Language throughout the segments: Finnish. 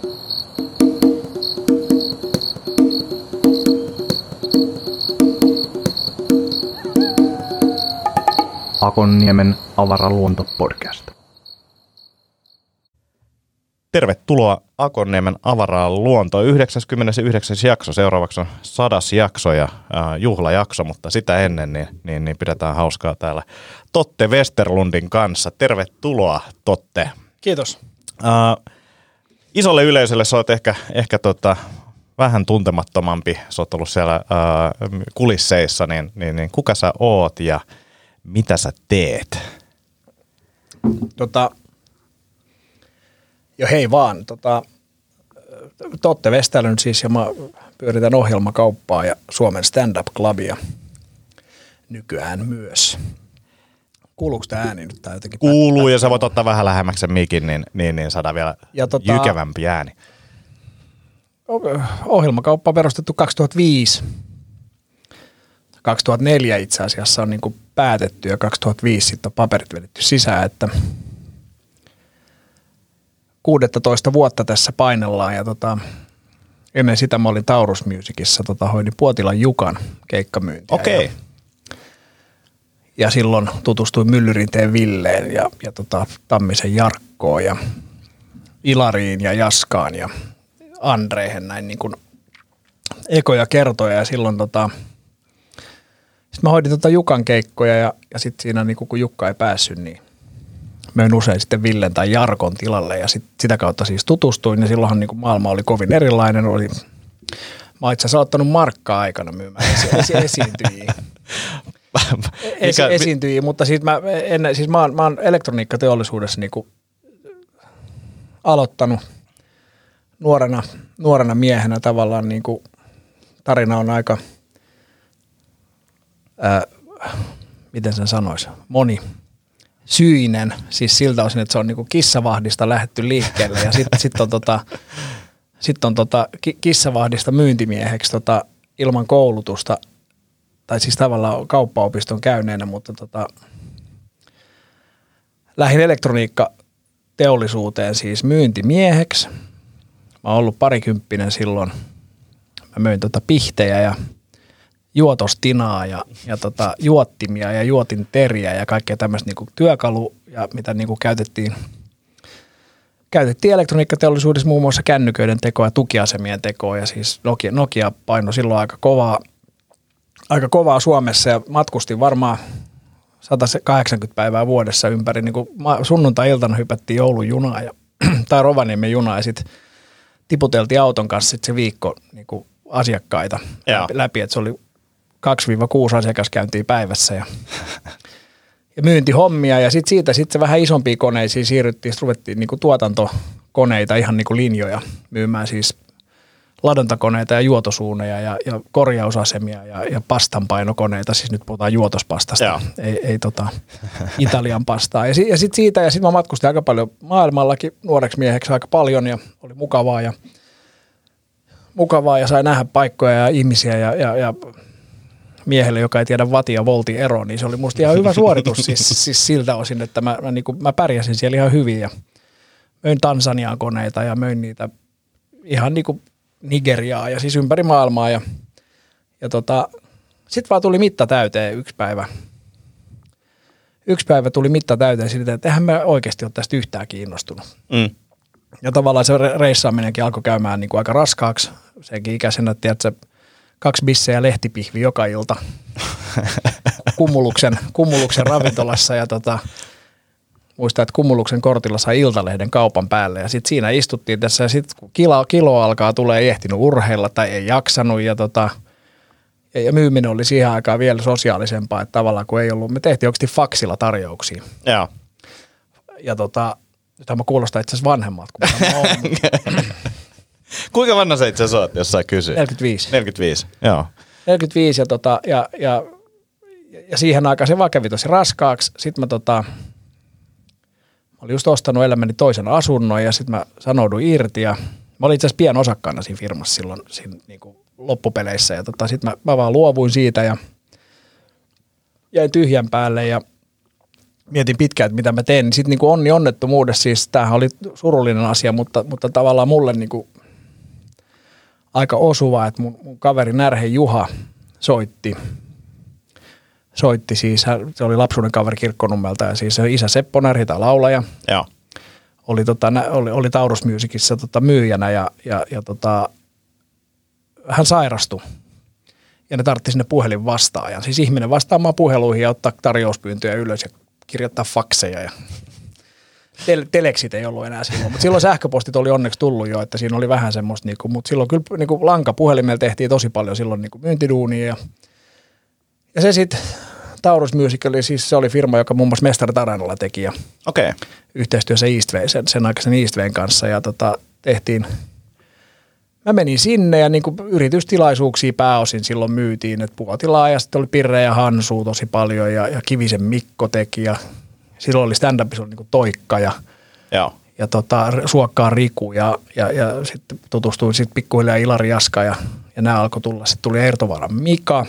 Akonniemen avaraluonto-podcast. Tervetuloa Akonniemen avaraan luontoon. 99. jakso, seuraavaksi on 100. jakso ja juhlajakso, mutta sitä ennen niin pidetään hauskaa täällä Totte Westerlundin kanssa. Tervetuloa, Totte. Kiitos. Isolle yleisölle sä oot ehkä vähän tuntemattomampi. Sä oot ollut siellä kulisseissa, niin kuka sä oot ja mitä sä teet? Jo hei vaan. Totte Westerlund siis, ja mä pyöritän ohjelmakauppaa ja Suomen stand-up clubia nykyään myös. Kuuluuko tämä ääni nyt? Tai jotenkin kuuluu, ja sä voit ottaa vähän lähemmäksi sen mikin, niin saadaan vielä jykevämpi ääni. Ohjelmakauppa on perustettu 2005. 2004 itse asiassa on niin kuin päätetty ja 2005 sitten on paperit vedetty sisään, että 16 vuotta tässä painellaan ja ennen sitä mä olin Taurus Musicissa, hoidin Puotilan Jukan keikkamyyntiä. Okei. Ja silloin tutustuin Myllyrinteen Villeen ja Tammisen Jarkkoon ja Ilariin ja Jaskaan ja Andreen näin niin kuin ekoja kertoja ja silloin sitten mä hoidin Jukan keikkoja ja sitten siinä niin kun Jukka ei päässyt, niin möin usein sitten Villen tai Jarkon tilalle ja sitä kautta siis tutustuin ja silloinhan niin maailma oli kovin erilainen. Mä oon itse asiassa ottanut markkaa aikana myymään esiintyjiä. Esiintyjiä, mutta mä oon elektroniikkateollisuudessa niin kuin aloittanut nuorena miehenä tavallaan niin kuin tarina on aika miten sen sanoisi, monisyinen, siis siltä osin, että se on niinku kissavahdista lähdetty liikkeelle ja sitten on kissavahdista myyntimieheksi ilman koulutusta, tai siis tavallaan kauppaopiston käyneenä, mutta lähdin elektroniikkateollisuuteen siis myyntimieheksi. Mä oon ollut parikymppinen silloin, mä möin pihtejä ja juotostinaa ja juottimia ja juotinteriä ja kaikkea tämmöistä niinku työkalu ja mitä niinku käytettiin elektroniikkateollisuudessa muun muassa kännyköiden tekoa ja tukiasemien tekoa ja siis Nokia paino silloin aika kovaa Suomessa ja matkustin varmaan 180 päivää vuodessa ympäri. Niinku sunnuntai-iltana hypättiin Oulun junaa tai Rovaniemen junaa ja sitten tiputeltiin auton kanssa sit se viikko niinku asiakkaita läpi, että se oli 2-6 asiakaskäyntiä päivässä ja myyntihommia ja siitä se vähän isompia koneisiin siirryttiin, sitten ruvettiin niinku tuotantokoneita, ihan niinku linjoja myymään siis ladontakoneita ja juotosuuneja ja korjausasemia ja pastanpainokoneita, siis nyt puhutaan juotospastasta, ei Italian pastaa. Ja sitten mä matkustin aika paljon maailmallakin nuoreksi mieheksi aika paljon ja oli mukavaa ja sai nähdä paikkoja ja ihmisiä ja miehelle, joka ei tiedä watin ja voltin eroa, niin se oli musta ihan hyvä suoritus siis siltä osin, että mä pärjäsin siellä ihan hyvin ja möin Tansaniaan koneita ja möin niitä ihan niin kuin Nigeriaa ja siis ympäri maailmaa ja sitten vaan tuli mitta täyteen yksi päivä. Yksi päivä tuli mitta täyteen siitä, että eihän mä oikeasti ole tästä yhtään kiinnostunut. Mm. Ja tavallaan se reissaaminenkin alkoi käymään niin kuin aika raskaaksi. Senkin ikäisenä, että 2 bissejä lehtipihvi joka ilta Kumuluksen ravintolassa. Ja muistan, että Kumuluksen kortilla sai Iltalehden kaupan päälle. Ja sitten siinä istuttiin tässä ja sitten kun kilo alkaa tulee, ei ehtinyt urheilla tai ei jaksanut. Ja myyminen oli siihen aikaan vielä sosiaalisempaa, että tavallaan kun ei ollut, me tehtiin oikeasti faksilla tarjouksia. Joo. Ja tämä kuulostaa itse asiassa vanhemmalta kuin mä olen. Kuinka vanha sä itse asiassa oot, jos saa kysyä? 45. 45, joo. 45 ja siihen aikaan se vaan kävi tosi raskaaksi. Sitten mä olin just ostanut elämäni toisen asunnon ja sitten mä sanouduin irti ja mä olin itse asiassa pienosakkaana siinä firmassa silloin siinä niinku loppupeleissä ja sitten mä vaan luovuin siitä ja jäin tyhjän päälle ja mietin pitkään, että mitä mä teen, niin sitten niin onni onnettomuudessa, siis tämähän oli surullinen asia, mutta tavallaan mulle niin kuin aika osuva, että mun kaveri Närhe Juha soitti siis, se oli lapsuuden kaveri Kirkkonummelta ja siis se isä Seppo Närhi, tämä laulaja. Joo. Oli Taurus Musicissa myyjänä ja hän sairastui ja ne tarvitsi sinne puhelin vastaajan. Siis ihminen vastaamaan puheluihin ja ottaa tarjouspyyntöjä ylös ja kirjoittaa fakseja ja teleksit ei ollut enää silloin, mutta silloin sähköpostit oli onneksi tullut jo, että siinä oli vähän semmoista, mutta silloin kyllä lankapuhelimella tehtiin tosi paljon silloin myyntiduunia ja se sitten Taurus Music oli siis se oli firma, joka muun muassa Mestarit Areenalla teki ja yhteistyössä sen aikaisen Eastwayn kanssa ja tehtiin. Mä menin sinne ja yritystilaisuuksia pääosin silloin myytiin, että Puotilaa ja sitten oli Pirre ja Hansu tosi paljon ja Kivisen Mikko teki ja silloin oli stand-upissa oli Toikka ja Suokkaan Riku ja sitten tutustuin sitten pikkuhiljaa Ilari Jaska ja nämä alkoi tulla. Sitten tuli Ertovaran Mika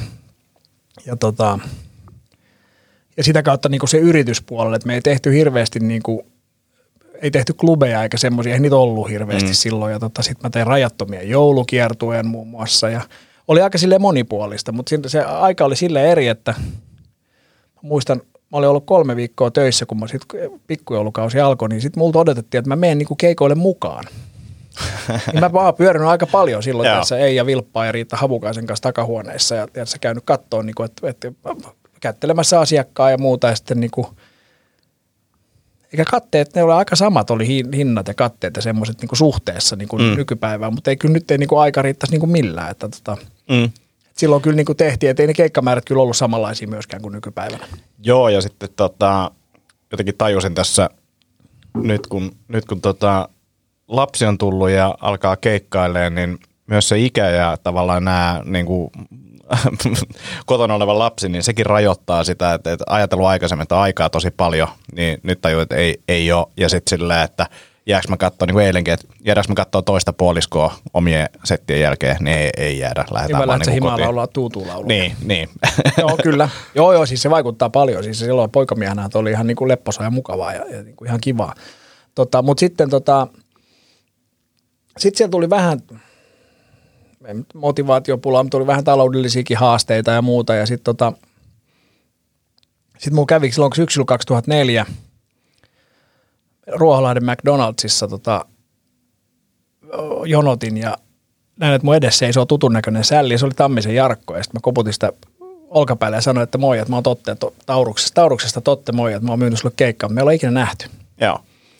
ja sitä kautta se yrityspuolelle, että me ei tehty hirveästi ei tehty klubeja eikä semmoisia, ei niitä ollut hirveästi silloin. Ja sitten mä tein rajattomia joulukiertueen muun muassa ja oli aika silleen monipuolista, mutta se aika oli silleen eri, että muistan, mä olin ollut 3 viikkoa töissä, kun mä sitten pikkujoulukausi alkoi, niin sitten multa odotettiin, että mä menen keikoille mukaan. Niin mä vaan pyörinyt aika paljon silloin tässä Eija Vilppaa ja Riitta Havukaisen kanssa takahuoneissa ja tässä käynyt kattoon, että kättelemässä asiakkaa ja muuta ja sitten eikä katteet, ne oli aika samat, oli hinnat ja katteet ja semmoiset suhteessa nykypäivään, mutta ei kyllä nyt ei aika riittäisi millään. Että silloin kyllä tehtiin, että ei ne keikkamäärät kyllä ollut samanlaisia myöskään kuin nykypäivänä. Joo, ja sitten jotenkin tajusin tässä, nyt kun lapsi on tullut ja alkaa keikkailemaan, niin myös se ikä ja tavallaan nämä kotona oleva lapsi, niin sekin rajoittaa sitä, että ajatellut aikaisemmin, että aikaa tosi paljon, niin nyt tajuu, että ei ole. Ja sitten silleen, että jäädäänkö mä katsoa, niin kuin eilenkin, että jäädäänkö mä katsoa toista puoliskoa omien settien jälkeen, niin ei jäädä. Lähdetään hyvä, vaan että se himaa laulaa tuutulaulua. Niin. Joo, kyllä. Joo, siis se vaikuttaa paljon. Siis silloin poikamiehenä oli ihan lepposa ja mukavaa ja ihan kivaa. Mutta sitten siellä tuli vähän motivaatiopulaa, mutta tuli vähän taloudellisiakin haasteita ja muuta. Ja sitten mulla kävi silloin syksyllä 2004 Ruoholahden McDonaldsissa jonotin ja näin, että mun edessä seisoo tutun näköinen sälli. Se oli Tammisen Jarkko ja sitten mä koputin sitä olkapäälle ja sanoin, että moi, että mä oon Totte Tauruksesta Totte, moi, että mä oon myynyt sulle keikkaa. Me ei ole ikinä nähty. Joo.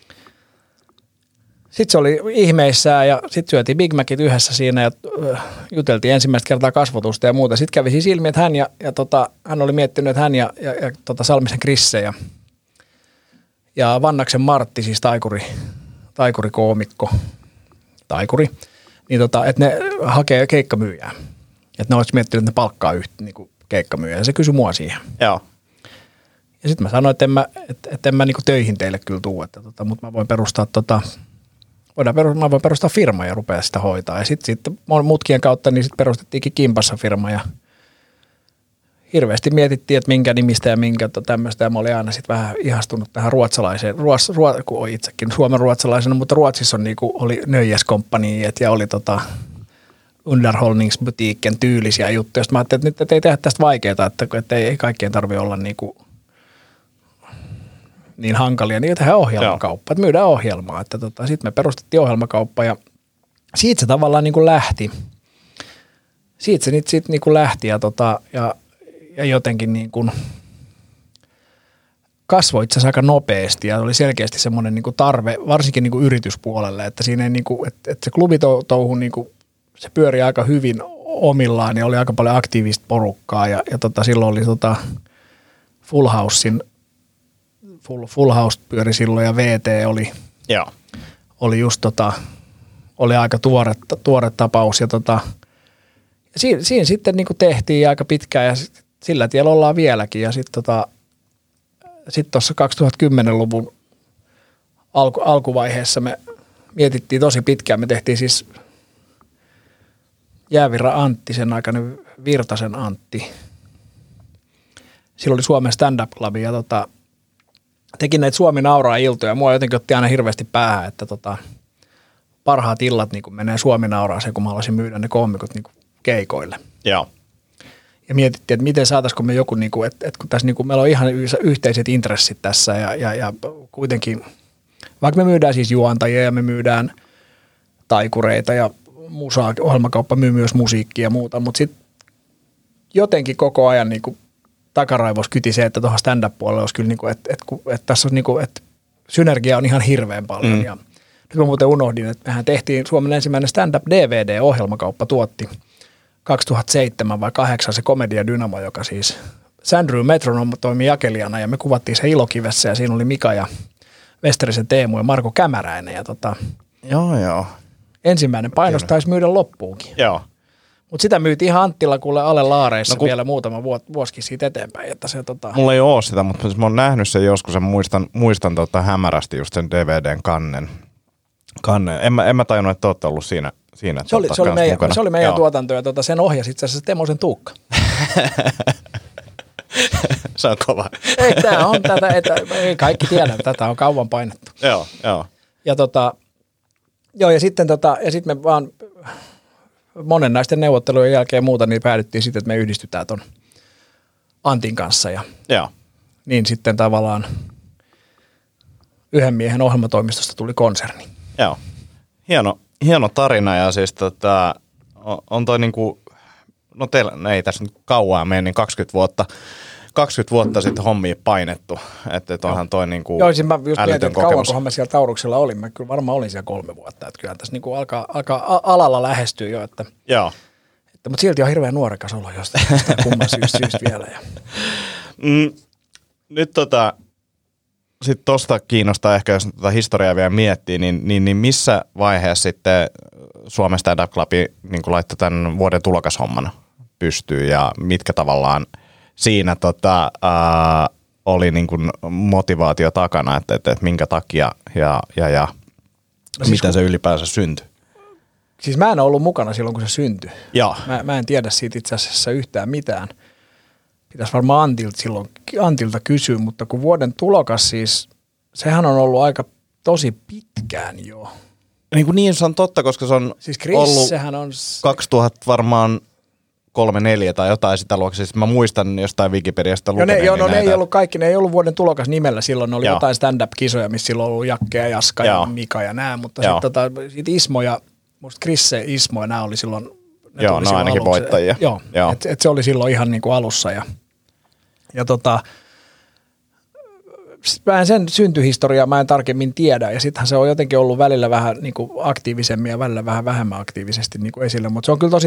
Sitten se oli ihmeissään ja sitten syötiin Big Macit yhdessä siinä ja juteltiin ensimmäistä kertaa kasvotusta ja muuta. Sitten kävi siis ilmi, että hän oli miettinyt, että hän ja Salmisen Krisse ja Vannaksen Martti, siis taikuri-koomikko, niin että ne hakee keikkamyyjää. Että ne olisi miettinyt, että ne palkkaa keikkamyyjää ja se kysyi mua siihen. Joo. Ja sitten mä sanoin, että en mä töihin teille kyllä tuu, mutta mä voin perustaa mä voin perustaa firma ja rupea sitä hoitaa. Ja sitten mutkien kautta niin sitten perustettiinkin Kimpassa firma ja hirveästi mietittiin, että minkä nimistä ja minkä tämmöistä. Ja mä olin aina sitten vähän ihastunut tähän ruotsalaiseen, kun olen itsekin suomen ruotsalaisena, mutta Ruotsissa oli Nöjes Company ja oli Underhållningsbutiken tyylisiä juttuja. Sitten mä ajattelin, että nyt ei tehdä tästä vaikeaa, että ei kaikkien tarvitse olla niin hankalia, niin tehdään ohjelmakauppa, että myydään ohjelmaa. Sitten me perustettiin ohjelmakauppa ja siitä se tavallaan lähti. Siitä se sitten lähti ja jotenkin kasvoi itse asiassa aika nopeasti ja oli selkeästi semmoinen tarve, varsinkin yrityspuolelle, että siinä ei että se klubitouhu se pyöri aika hyvin omillaan ja oli aika paljon aktiivista porukkaa ja silloin oli Full House pyöri silloin ja VT oli just oli aika tuore tapaus ja siinä sitten tehtiin aika pitkään ja sillä tiellä ollaan vieläkin ja sitten tuossa 2010-luvun alkuvaiheessa me mietittiin tosi pitkään, me tehtiin siis Jäävirra Antti, sen aikainen Virtasen Antti. Silloin oli Suomen stand-up club ja tekin näitä Suomi nauraa -iltoja. Mua jotenkin otti aina hirveästi päähän, että parhaat illat niin menee Suomi nauraaseen, kun mä haluaisin myydä ne koomikot niin keikoille. Joo. Ja mietittiin, että miten saataisiko me joku, niin kuin, että kun tässä niin kuin, meillä on ihan yhteiset intressit tässä ja kuitenkin, vaikka me myydään siis juontajia ja me myydään taikureita ja musaa, ohjelmakauppa myy myös musiikkia ja muuta, mutta sitten jotenkin koko ajan niin kuin takaraivossa kyti se, että tuohon stand-up-puolelle olisi kyllä, niin kuin, että tässä on niin kuin, että synergia on ihan hirveän paljon. Ja nyt mä muuten unohdin, että mehän tehtiin Suomen ensimmäinen stand-up DVD-ohjelmakauppa tuotti 2007 vai 2008 se Komedia Dynamo, joka siis Sandrew Metronom toimi jakelijana ja me kuvattiin se Ilokivessä ja siinä oli Mika ja Westerisen Teemu ja Marko Kämäräinen ja Joo. ensimmäinen painos taisi myydä loppuunkin. Joo. Mutta sitä myytiin ihan Anttila kuule Ale Laareissa vielä muutama vuosikin siitä eteenpäin. Että se, Mulla ei ole sitä, mutta mä oon nähnyt sen joskus ja muistan hämärästi just sen DVDn kannen. En mä tajunnut, että olette ollut siinä se oli meidän tuotanto ja sen ohjasi itse asiassa Temosen Tuukka. Se on kova. Ei, tämä on tätä, ei kaikki tiedä, tätä on kauan painettu. Joo. Ja sitten me vaan monen näisten neuvottelujen jälkeen muuta, niin päädyttiin sitten, että me yhdistytään ton Antin kanssa ja niin sitten tavallaan yhden miehen ohjelmatoimistosta tuli konserni. Joo. Hieno tarina ja siis on toi niinku, no teillä ei tässä nyt kauan mene, niin 20 vuotta sitten hommia painettu, että onhan toi niinku joo, siis mä just mietin, että kokemus. kauankohan mä siellä Tauruksella olin, mä kyllä varmaan olin siellä 3 vuotta, että kyllä tässä niinku alkaa alalla lähestyä jo, että mutta silti on hirveän nuorekas olo jostain kumman syystä vielä. Ja. Nyt sitten tosta kiinnostaa ehkä, jos historiaa vielä miettii, niin missä vaiheessa sitten Suomen Stand-Up Club niin laittoi tämän vuoden tulokashomman pystyyn ja mitkä tavallaan siinä oli niin kuin motivaatio takana, että minkä takia ja no siis miten se ylipäänsä syntyi? Siis mä en ollut mukana silloin, kun se syntyi. Joo. Mä en tiedä siitä itse asiassa yhtään mitään. Pitäisi varmaan Antilta kysyä, mutta kun vuoden tulokas siis, sehän on ollut aika tosi pitkään jo. Niin se on totta, koska se on siis Chris, ollut sehän on 2000 varmaan 3-4 tai jotain sitä luokkaa. Siis mä muistan jostain Wikipediasta lukeneeni näitä. Ne ei ollut kaikki, ne ei ollut vuoden tulokas nimellä silloin. Ne oli jotain stand-up-kisoja, missä silloin on ollut Jakke ja Jaska ja Mika ja nää, mutta sitten Ismo ja musta Chris, Ismo ja nää oli silloin. Ne on ainakin voittajia. Joo. Et se oli silloin ihan niin kuin alussa ja mä en sen syntyhistoriaa mä en tarkemmin tiedä ja sittenhän se on jotenkin ollut välillä vähän niin kuin aktiivisemmin ja välillä vähän vähemmän aktiivisesti niin kuin esillä, mutta se on kyllä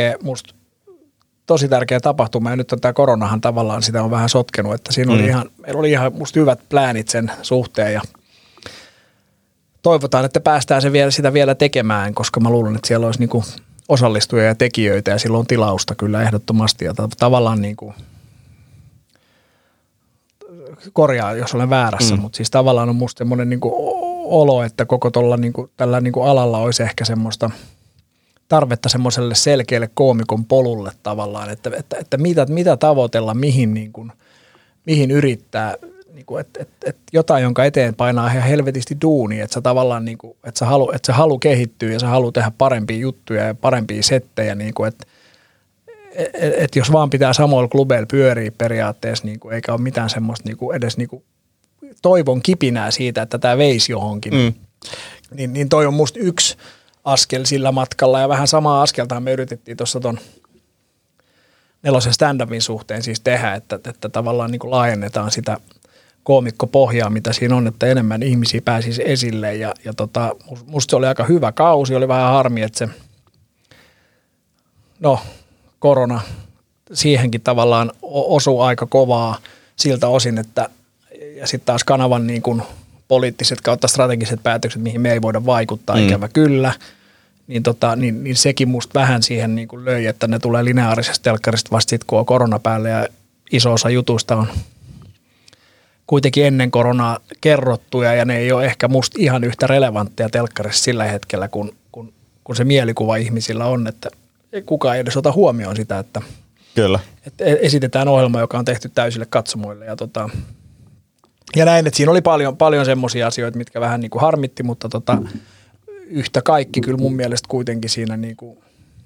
tosi tärkeä tapahtuma ja nyt on tämä koronahan tavallaan sitä on vähän sotkenut, että siinä meillä oli ihan musta hyvät pläänit sen suhteen ja toivotaan, että päästään sitä vielä tekemään, koska mä luulen, että siellä olisi niin kuin osallistujia ja tekijöitä ja silloin on tilausta kyllä ehdottomasti ja tavallaan niin kuin korjaa, jos olen väärässä, mutta siis tavallaan on musta semmoinen niin kuin olo, että koko tällä niin kuin alalla olisi ehkä semmoista tarvetta semmoiselle selkeälle koomikon polulle tavallaan, että mitä tavoitella, mihin yrittää, niin kuin, että jotain, jonka eteen painaa ihan helvetisti duunia, että sä tavallaan, niin kuin, että sä halu kehittyä ja sä halu tehdä parempia juttuja ja parempia settejä, niin kuin, että jos vaan pitää samoilla klubeilla pyöriä periaatteessa, niin kuin, eikä ole mitään semmoista niin kuin edes niin kuin toivon kipinää siitä, että tämä veisi johonkin, niin toi on musta yksi askel sillä matkalla ja vähän samaa askeltahan me yritettiin tuossa ton 4 stand-upin suhteen siis tehdä, että tavallaan niin kuin laajennetaan sitä koomikkopohjaa, mitä siinä on, että enemmän ihmisiä pääsisi esille ja musta se oli aika hyvä kausi, oli vähän harmi, että se korona siihenkin tavallaan osuu aika kovaa siltä osin, että ja sitten taas kanavan niin kuin poliittiset kautta strategiset päätökset, mihin me ei voida vaikuttaa, ikävä kyllä, niin sekin musta vähän siihen niin kuin löi, että ne tulee lineaarisesta telkkarista vasta sitten, kun on korona päälle ja iso osa jutuista on kuitenkin ennen koronaa kerrottuja ja ne ei ole ehkä musta ihan yhtä relevantteja telkkarissa sillä hetkellä, kun se mielikuva ihmisillä on, että kukaan ei edes ota huomioon sitä, että kyllä. Että esitetään ohjelma, joka on tehty täysille katsomoille ja Ja näin, että siinä oli paljon semmoisia asioita, mitkä vähän niin kuin harmitti, mutta yhtä kaikki kyllä mun mielestä kuitenkin siinä niin kuin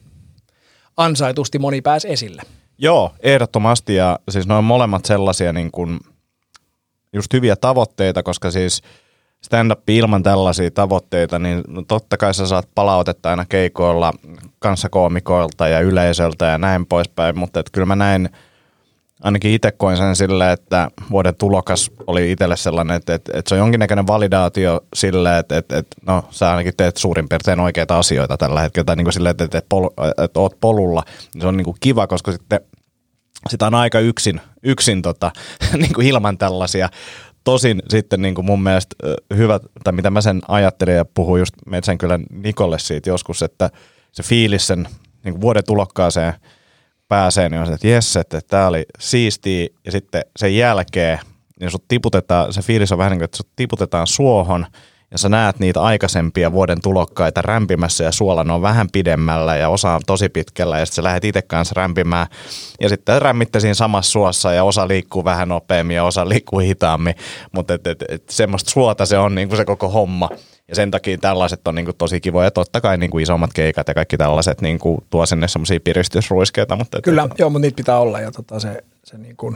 ansaitusti moni pääsi esille. Joo, ehdottomasti, ja siis ne on molemmat sellaisia niin kuin just hyviä tavoitteita, koska siis stand-up ilman tällaisia tavoitteita, niin totta kai sä saat palautetta aina keikoilla kanssakoomikoilta ja yleisöltä ja näin poispäin, mutta kyllä mä näin, ainakin itse koin sen silleen, että vuoden tulokas oli itselle sellainen, että se on jonkinnäköinen validaatio silleen, että no sä ainakin teet suurin piirtein oikeita asioita tällä hetkellä, tai niin kuin silleen, että oot polulla, niin se on niin kuin kiva, koska sitten sitä on aika yksin niin kuin ilman tällaisia. Tosin sitten niin kuin mun mielestä hyvä, tai mitä mä sen ajattelin ja puhuin just Metsänkylän Nikolle siitä joskus, että se fiilis sen niin kuin vuoden tulokkaaseen pääsee, niin on se, että jes, että tää oli siistiä, ja sitten sen jälkeen niin sut tiputetaan, se fiilis on vähän niin kuin, että sut tiputetaan suohon, ja sä näet niitä aikaisempia vuoden tulokkaita rämpimässä, ja suola on vähän pidemmällä, ja osa on tosi pitkällä, ja sitten sä lähdet itse kanssa rämpimään, ja sitten rämmitte siinä samassa suossa, ja osa liikkuu vähän nopeammin, ja osa liikkuu hitaammin, mutta semmoista suota se on niin kuin se koko homma. Ja sen takia tällaiset on niinku tosi kivoja. Totta kai niinku isommat keikat ja kaikki tällaiset niinku tuo sinne semmoisia piristysruiskeita. Mutta kyllä, joo, mutta niitä pitää olla. Ja se, niinku,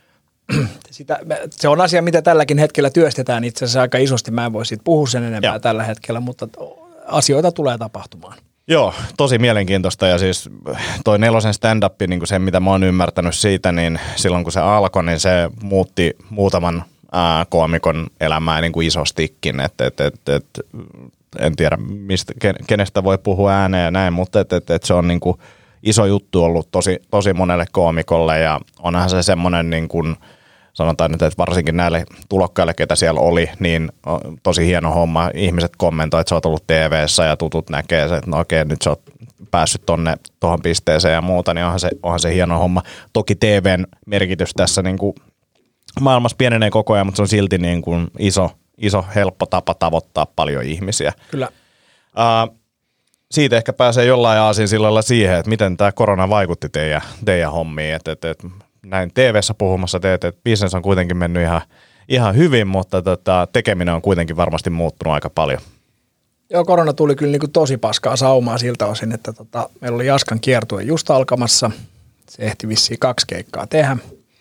se on asia, mitä tälläkin hetkellä työstetään itse asiassa aika isosti. Mä en voi siitä puhua sen enempää tällä hetkellä, mutta asioita tulee tapahtumaan. Joo, tosi mielenkiintoista. Ja siis toi Nelosen stand-up, niin se mitä mä oon ymmärtänyt siitä, niin silloin kun se alkoi, niin se muutti muutaman koomikon elämää niin kuin isostikin, että en tiedä kenestä voi puhua ääneen ja näin, mutta se on niin kuin iso juttu ollut tosi monelle koomikolle, ja onhan se semmoinen niin kuin sanotaan nyt, että varsinkin näille tulokkaille, ketä siellä oli, niin tosi hieno homma. Ihmiset kommentoivat, että sä oot ollut TV:ssä ja tutut näkee se, että no okei, nyt sä oot päässyt tuohon pisteeseen ja muuta, niin onhan se hieno homma. Toki TVn merkitys tässä niin kuin maailmassa pienenee koko ajan, mutta se on silti niin kuin iso helppo tapa tavoittaa paljon ihmisiä. Kyllä. Siitä ehkä pääsee jollain aasinsilloilla siihen, että miten tämä korona vaikutti teidän hommiin. Näin TV:ssä puhumassa teet, että business on kuitenkin mennyt ihan hyvin, mutta tekeminen on kuitenkin varmasti muuttunut aika paljon. Joo, korona tuli kyllä niin kuin tosi paskaa saumaa siltä osin, että meillä oli Jaskan kiertue just alkamassa. Se ehti vissiin 2 keikkaa tehdä.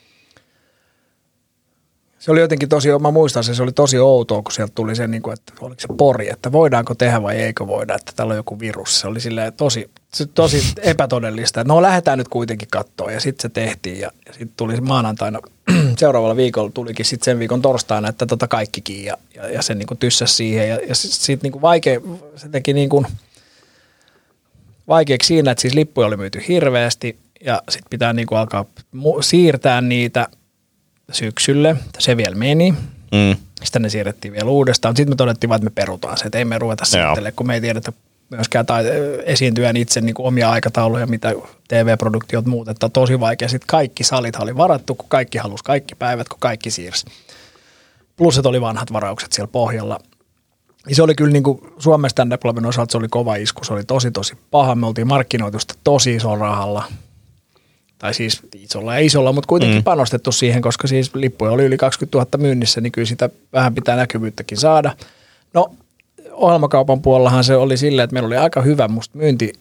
Se oli jotenkin mä muistan se oli tosi outoa, kun sieltä tuli se, että oliko se pori, että voidaanko tehdä vai eikö voida, että täällä on joku virus. Se oli silleen tosi epätodellista, että no lähdetään nyt kuitenkin katsoa, ja sitten se tehtiin, ja sitten tuli maanantaina, seuraavalla viikolla tulikin sitten sen viikon torstaina, että kaikkikin, ja se niin kuin tyssäsi siihen, ja sitten niin se teki niin kuin vaikeaksi siinä, että siis lippuja oli myyty hirveästi, ja sitten pitää niin kuin alkaa siirtää niitä syksylle, se vielä meni. Sitten ne siirrettiin vielä uudestaan. Sitten me todettiin vaan, että me perutaan se, että ei me ruveta siirtelemään, kun me ei tiedetä myöskään esiintyjän itse niin kuin omia aikatauluja, mitä TV-produktiot muut, että on tosi vaikea. Sitten kaikki salit oli varattu, kun kaikki halusi kaikki päivät, kun kaikki siirsi. Plus, että oli vanhat varaukset siellä pohjalla. Ja se oli kyllä niin kuin Suomen stand-up-clubin osalta se oli kova isku, se oli tosi paha. Me oltiin markkinoitu sitä tosi isolla rahalla. Tai siis isolla, mutta kuitenkin panostettu siihen, koska siis lippuja oli yli 20 000 myynnissä, niin kyllä sitä vähän pitää näkyvyyttäkin saada. No, ohjelmakaupan puolellahan se oli silleen, että meillä oli aika hyvä musta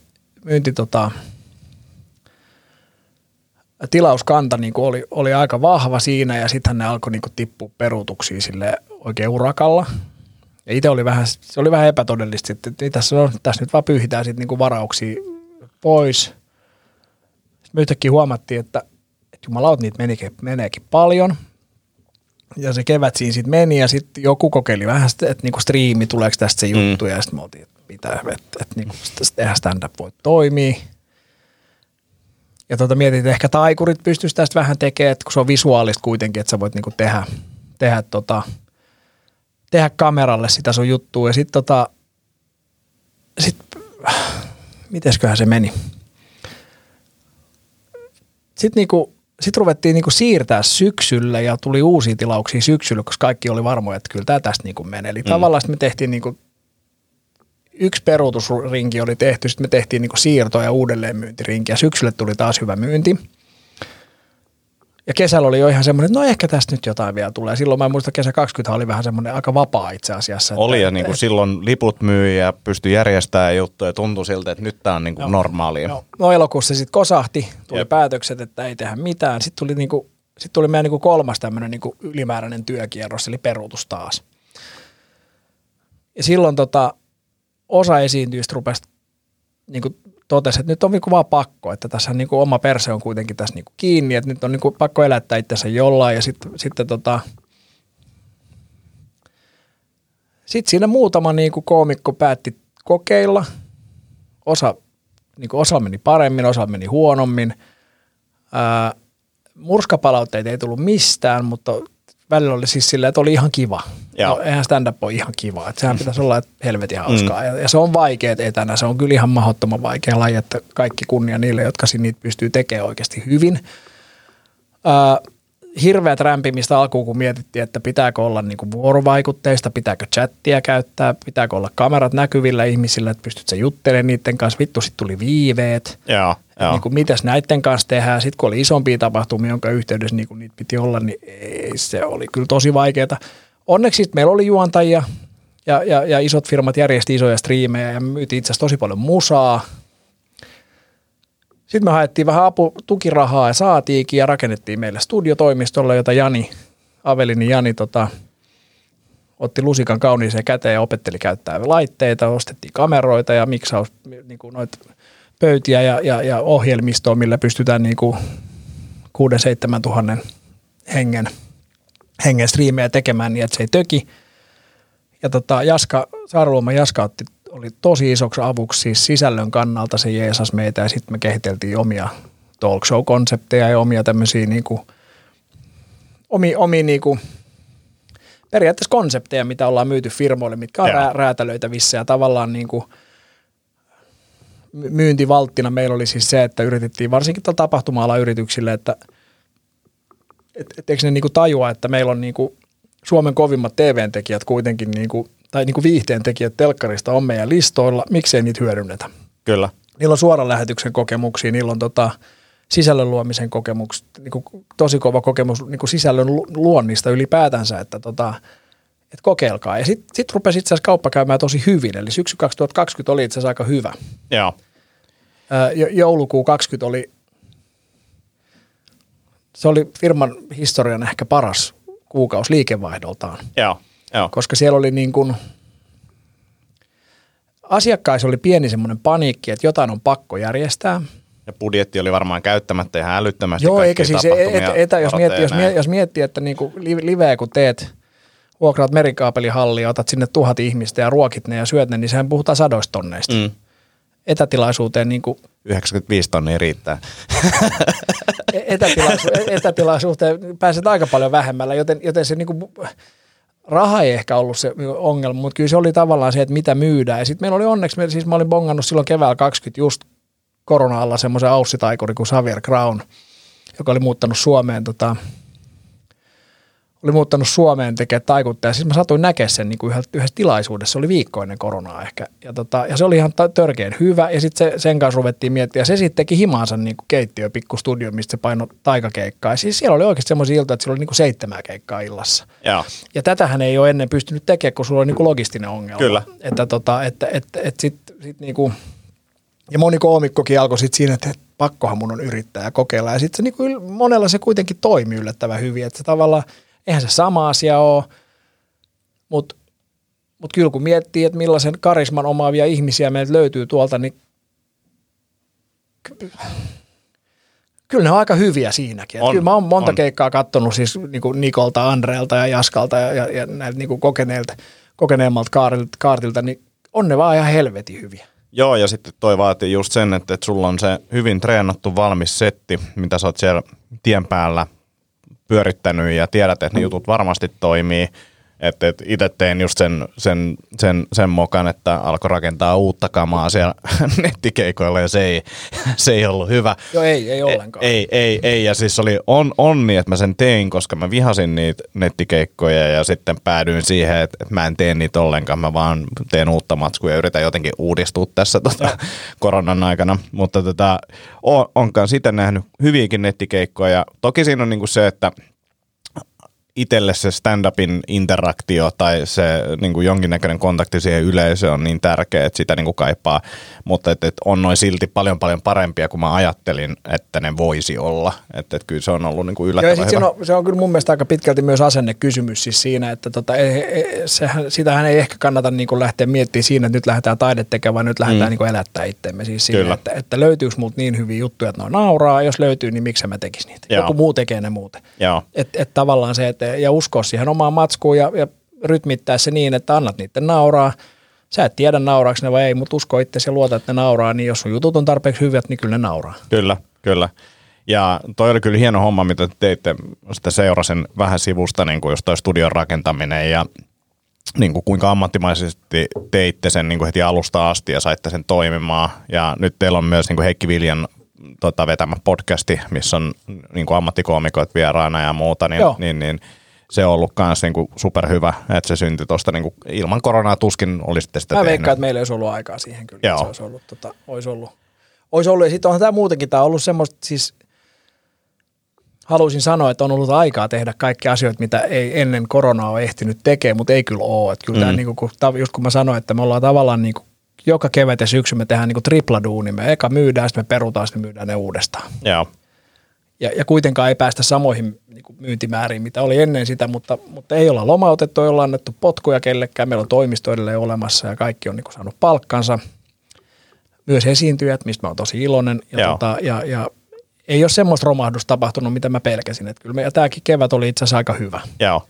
tilauskanta niin kuin oli aika vahva siinä, ja sittenhän ne alkoi niin kuin tippua peruutuksia sille oikein urakalla. Ja itse se oli vähän epätodellista, että tässä nyt vaan pyyhitään sitten niin kuin varauksia pois. Me yhtäkkiä huomattiin, että jumalaut niitä meneekin paljon. Ja se kevät siinä sitten meni, ja sitten joku kokeili vähän, että niinku striimi, tuleeko tästä se juttu, ja sitten me oltiin, että mitä, että niinku tehdään stand-up voi toimia. Ja mietin, että ehkä taikurit pystyisi tästä vähän tekemään, että kun se on visuaalista kuitenkin, että sä voit niinku tehdä kameralle sitä sun juttua. Ja sitten mitesköhän se meni? Sitten ruvettiin niinku siirtää syksylle, ja tuli uusia tilauksia syksyllä, koska kaikki oli varmoja, että kyllä tämä tästä niinku menee. Eli tavallaan me tehtiin niinku, yksi peruutusrinki oli tehty, sitten me tehtiin niinku siirto- ja uudelleenmyyntirinki, ja syksylle tuli taas hyvä myynti. Ja kesällä oli jo ihan semmoinen, että no ehkä tästä nyt jotain vielä tulee. Silloin mä muistan, kesä 20 oli vähän semmoinen aika vapaa itse asiassa. Oli ja niin kuin silloin liput myi ja pystyi järjestämään juttuja ja tuntui siltä, että nyt tämä on niin kuin normaalia. No elokuussa sitten kosahti, tuli päätökset, että ei tehdä mitään. Sitten tuli meidän niin kuin kolmas tämmöinen niin kuin ylimääräinen työkierros, eli peruutus taas. Ja silloin osa esiintyjistä rupesi niin kuin totesi, että nyt on niin kuin vaan pakko, että tässä niin kuin oma perse on kuitenkin tässä niin kuin kiinni, että nyt on niin kuin pakko elättää itsensä jollain. Ja sitten siinä muutama niin kuin koomikko päätti kokeilla. Osa meni paremmin, osa meni huonommin. Murskapalautteita ei tullut mistään, mutta välillä oli siis silleen, että oli ihan kiva. No, eihän stand-up ole ihan kiva. Että sehän pitäisi olla helvetin hauskaa. Ja se on vaikeet etänä. Se on kyllä ihan mahdottoman vaikea laji, että kaikki kunnia niille, jotka niitä pystyy tekemään oikeasti hyvin. Hirveät rämpimistä alkuun, kun mietittiin, että pitääkö olla niinku vuorovaikutteista, pitääkö chattia käyttää, pitääkö olla kamerat näkyvillä ihmisillä, että pystyt sä juttelemaan niiden kanssa. Vittu, sitten tuli viiveet. Niin kuin mitäs näiden kanssa tehdään. Sitten kun oli isompia tapahtumia, jonka yhteydessä niin niitä piti olla, niin se oli kyllä tosi vaikeaa. Onneksi meillä oli juontajia ja isot firmat järjesti isoja striimejä ja me myytiin itse asiassa tosi paljon musaa. Sitten me haettiin vähän tukirahaa ja saatiinkin ja rakennettiin meille studiotoimistolle, jota Avelinin Jani otti lusikan kauniiseen käteen ja opetteli käyttää laitteita, ostettiin kameroita ja miksaus, niin kuin noita pöytiä ja ohjelmistoa, millä pystytään niin kuin 6-7 tuhannen hengen striimejä tekemään niin, että se ei töki. Ja Saaroluoman Jaska oli tosi isoksi avuksi siis sisällön kannalta, se jeesas meitä ja sitten me kehiteltiin omia talk show-konsepteja ja omia tämmöisiä niinku, omia niinku, periaatteessa konsepteja, mitä ollaan myyty firmoille, mitkä on räätälöitävissä ja tavallaan niinku, myyntivalttina meillä oli siis se, että yritettiin varsinkin tapahtuma-alan yrityksille, että eikö ne niinku tajua, että meillä on niinku Suomen kovimmat TV-tekijät kuitenkin, niinku, tai niinku viihteen tekijät telkkarista on meidän listoilla, miksei niitä hyödynnetä. Kyllä. Niillä on suoran lähetyksen kokemuksia, niillä on sisällön luomisen kokemuksia, niinku tosi kova kokemus niinku sisällön luonnista ylipäätänsä, että kokeilkaa. Ja sitten rupesi itse asiassa kauppa käymään tosi hyvin, eli syksy 2020 oli itse asiassa aika hyvä. Joo. Joulukuu 20 se oli firman historian ehkä paras kuukausi liikevaihdoltaan. Joo. Koska siellä oli niin kuin, asiakkaissa oli pieni semmoinen paniikki, että jotain on pakko järjestää. Ja budjetti oli varmaan käyttämättä ihan älyttömästi. Joo, eikä siis jos miettii, että niin kuin liveä kun teet, vuokraat merikaapelihallia, otat sinne 1000 ihmistä ja ruokit ne ja syöt ne, niin sehän puhutaan 100 tonneista. Etätilaisuuteen niin kuin 95 tonnia riittää. Etätilaisuuteen pääset aika paljon vähemmällä, joten se niin kuin, raha ei ehkä ollut se ongelma, mutta kyllä se oli tavallaan se, että mitä myydään. Ja sitten meillä oli onneksi, mä olin bongannut silloin keväällä 20 just korona-alla semmoisen aussitaikuri kuin Xavier Crown, joka oli muuttanut Suomeen tekemään taikuutta. Ja siis mä satuin näkemään sen niin kuin yhdessä tilaisuudessa. Se oli viikko ennen koronaa ehkä. Ja se oli ihan törkeän hyvä. Ja sitten sen kanssa ruvettiin miettiä. Ja se sitten teki himaansa niin kuin keittiö, pikkustudio, mistä se painoi taikakeikkaa. Ja siis siellä oli oikeasti semmoisia iltoja, että siellä oli niin kuin 7 keikkaa illassa. Ja tätähän ei ole ennen pystynyt tekemään, kun sulla on niin kuin logistinen ongelma. Kyllä. Että sit niin kuin, ja moni koomikkokin alkoi sitten siinä, että pakkohan mun on yrittää ja kokeilla. Ja sitten se niin kuin monella se kuitenkin toimi yllättävän hyvin. Että se tavallaan eihän se sama asia ole, mutta kyllä kun miettii, että millaisen karisman omaavia ihmisiä meiltä löytyy tuolta, niin kyllä ne on aika hyviä siinäkin. Kyllä mä oon monta keikkaa katsonut siis niin kuin Nikolta, Andreelta ja Jaskalta ja näiltä niin kuin kokeneemmalta kaartilta, niin on ne vaan ihan helvetin hyviä. Joo, ja sitten toi vaatii just sen, että sulla on se hyvin treenattu valmis setti, mitä sä oot siellä tien päällä pyörittänyt ja tiedät, että ne jutut varmasti toimii. Että itse tein just sen mokan, että alkoi rakentaa uutta kamaa siellä nettikeikoilla ja se ei ollut hyvä. Joo, ei ollenkaan. Ei, ja siis oli onni, että mä sen tein, koska mä vihasin niitä nettikeikkoja ja sitten päädyin siihen, että mä en tee niitä ollenkaan, mä vaan teen uutta matskua ja yritän jotenkin uudistua tässä koronan aikana, mutta onkaan sitä nähnyt hyviäkin nettikeikkoja. Toki siinä on niinku se, että itselle se stand-upin interaktio tai se niin kuin jonkinnäköinen kontakti siihen yleisöön on niin tärkeä, että sitä niin kuin kaipaa, mutta on noin silti paljon parempia kuin mä ajattelin, että ne voisi olla. Että kyllä se on ollut niin kuin yllättävän hyvä. Se on kyllä mun mielestä aika pitkälti myös asennekysymys siis siinä, että sitähän ei ehkä kannata niin kuin lähteä miettimään siinä, että nyt lähdetään taide tekemään, vaan nyt lähdetään niin kuin elättää itseämme siis siinä, että löytyykö multa niin hyviä juttuja, että ne nauraa, jos löytyy, niin miksi mä tekisin niitä. Joo. Joku muu tekee ne muuten. Että tavallaan se, ja uskoa siihen omaan matskuun ja rytmittää se niin, että annat niiden nauraa. Sä et tiedä nauraako ne vai ei, mutta usko itse ja luota, että ne nauraa, niin jos sun jutut on tarpeeksi hyvät, niin kyllä ne nauraa. Kyllä. Ja toi oli kyllä hieno homma, mitä teitte, sitä seurasin vähän sivusta, niin kuin just toi studion rakentaminen ja niin kuin kuinka ammattimaisesti teitte sen niin kuin heti alusta asti ja saitte sen toimimaan. Ja nyt teillä on myös niin kuin Heikki Viljan vetämä podcasti, missä on niin kuin ammattikoomikot vieraana ja muuta, niin se on ollut myös niin superhyvä, että se syntyi tuosta niin ilman koronaa tuskin olisitte sitä tehnyt. Mä veikkaan, että meillä olisi ollut aikaa siihen kyllä. Se olisi ollut. Ja sitten onhan tämä muutenkin, tämä on ollut semmoista, siis haluaisin sanoa, että on ollut aikaa tehdä kaikki asioita, mitä ei ennen koronaa ole ehtinyt tekemään, mutta ei kyllä ole. Että kyllä tämä, niin kuin, just kun mä sanoin, että me ollaan tavallaan niin kuin, joka kevät ja syksy me tehdään niin kuin tripladuuni. Me eka myydään, sitten me perutaan, sitten me myydään ne uudestaan. Joo. Ja kuitenkaan ei päästä samoihin niin kuin myyntimääriin, mitä oli ennen sitä, mutta ei olla lomautettu, ei olla annettu potkuja kellekään. Meillä on toimisto edelleen olemassa ja kaikki on niin kuin saanut palkkansa. Myös esiintyjät, mistä mä oon tosi iloinen. Ja ei ole semmoista romahdusta tapahtunut, mitä mä pelkäsin. Että kyllä tämäkin kevät oli itse asiassa aika hyvä. Joo.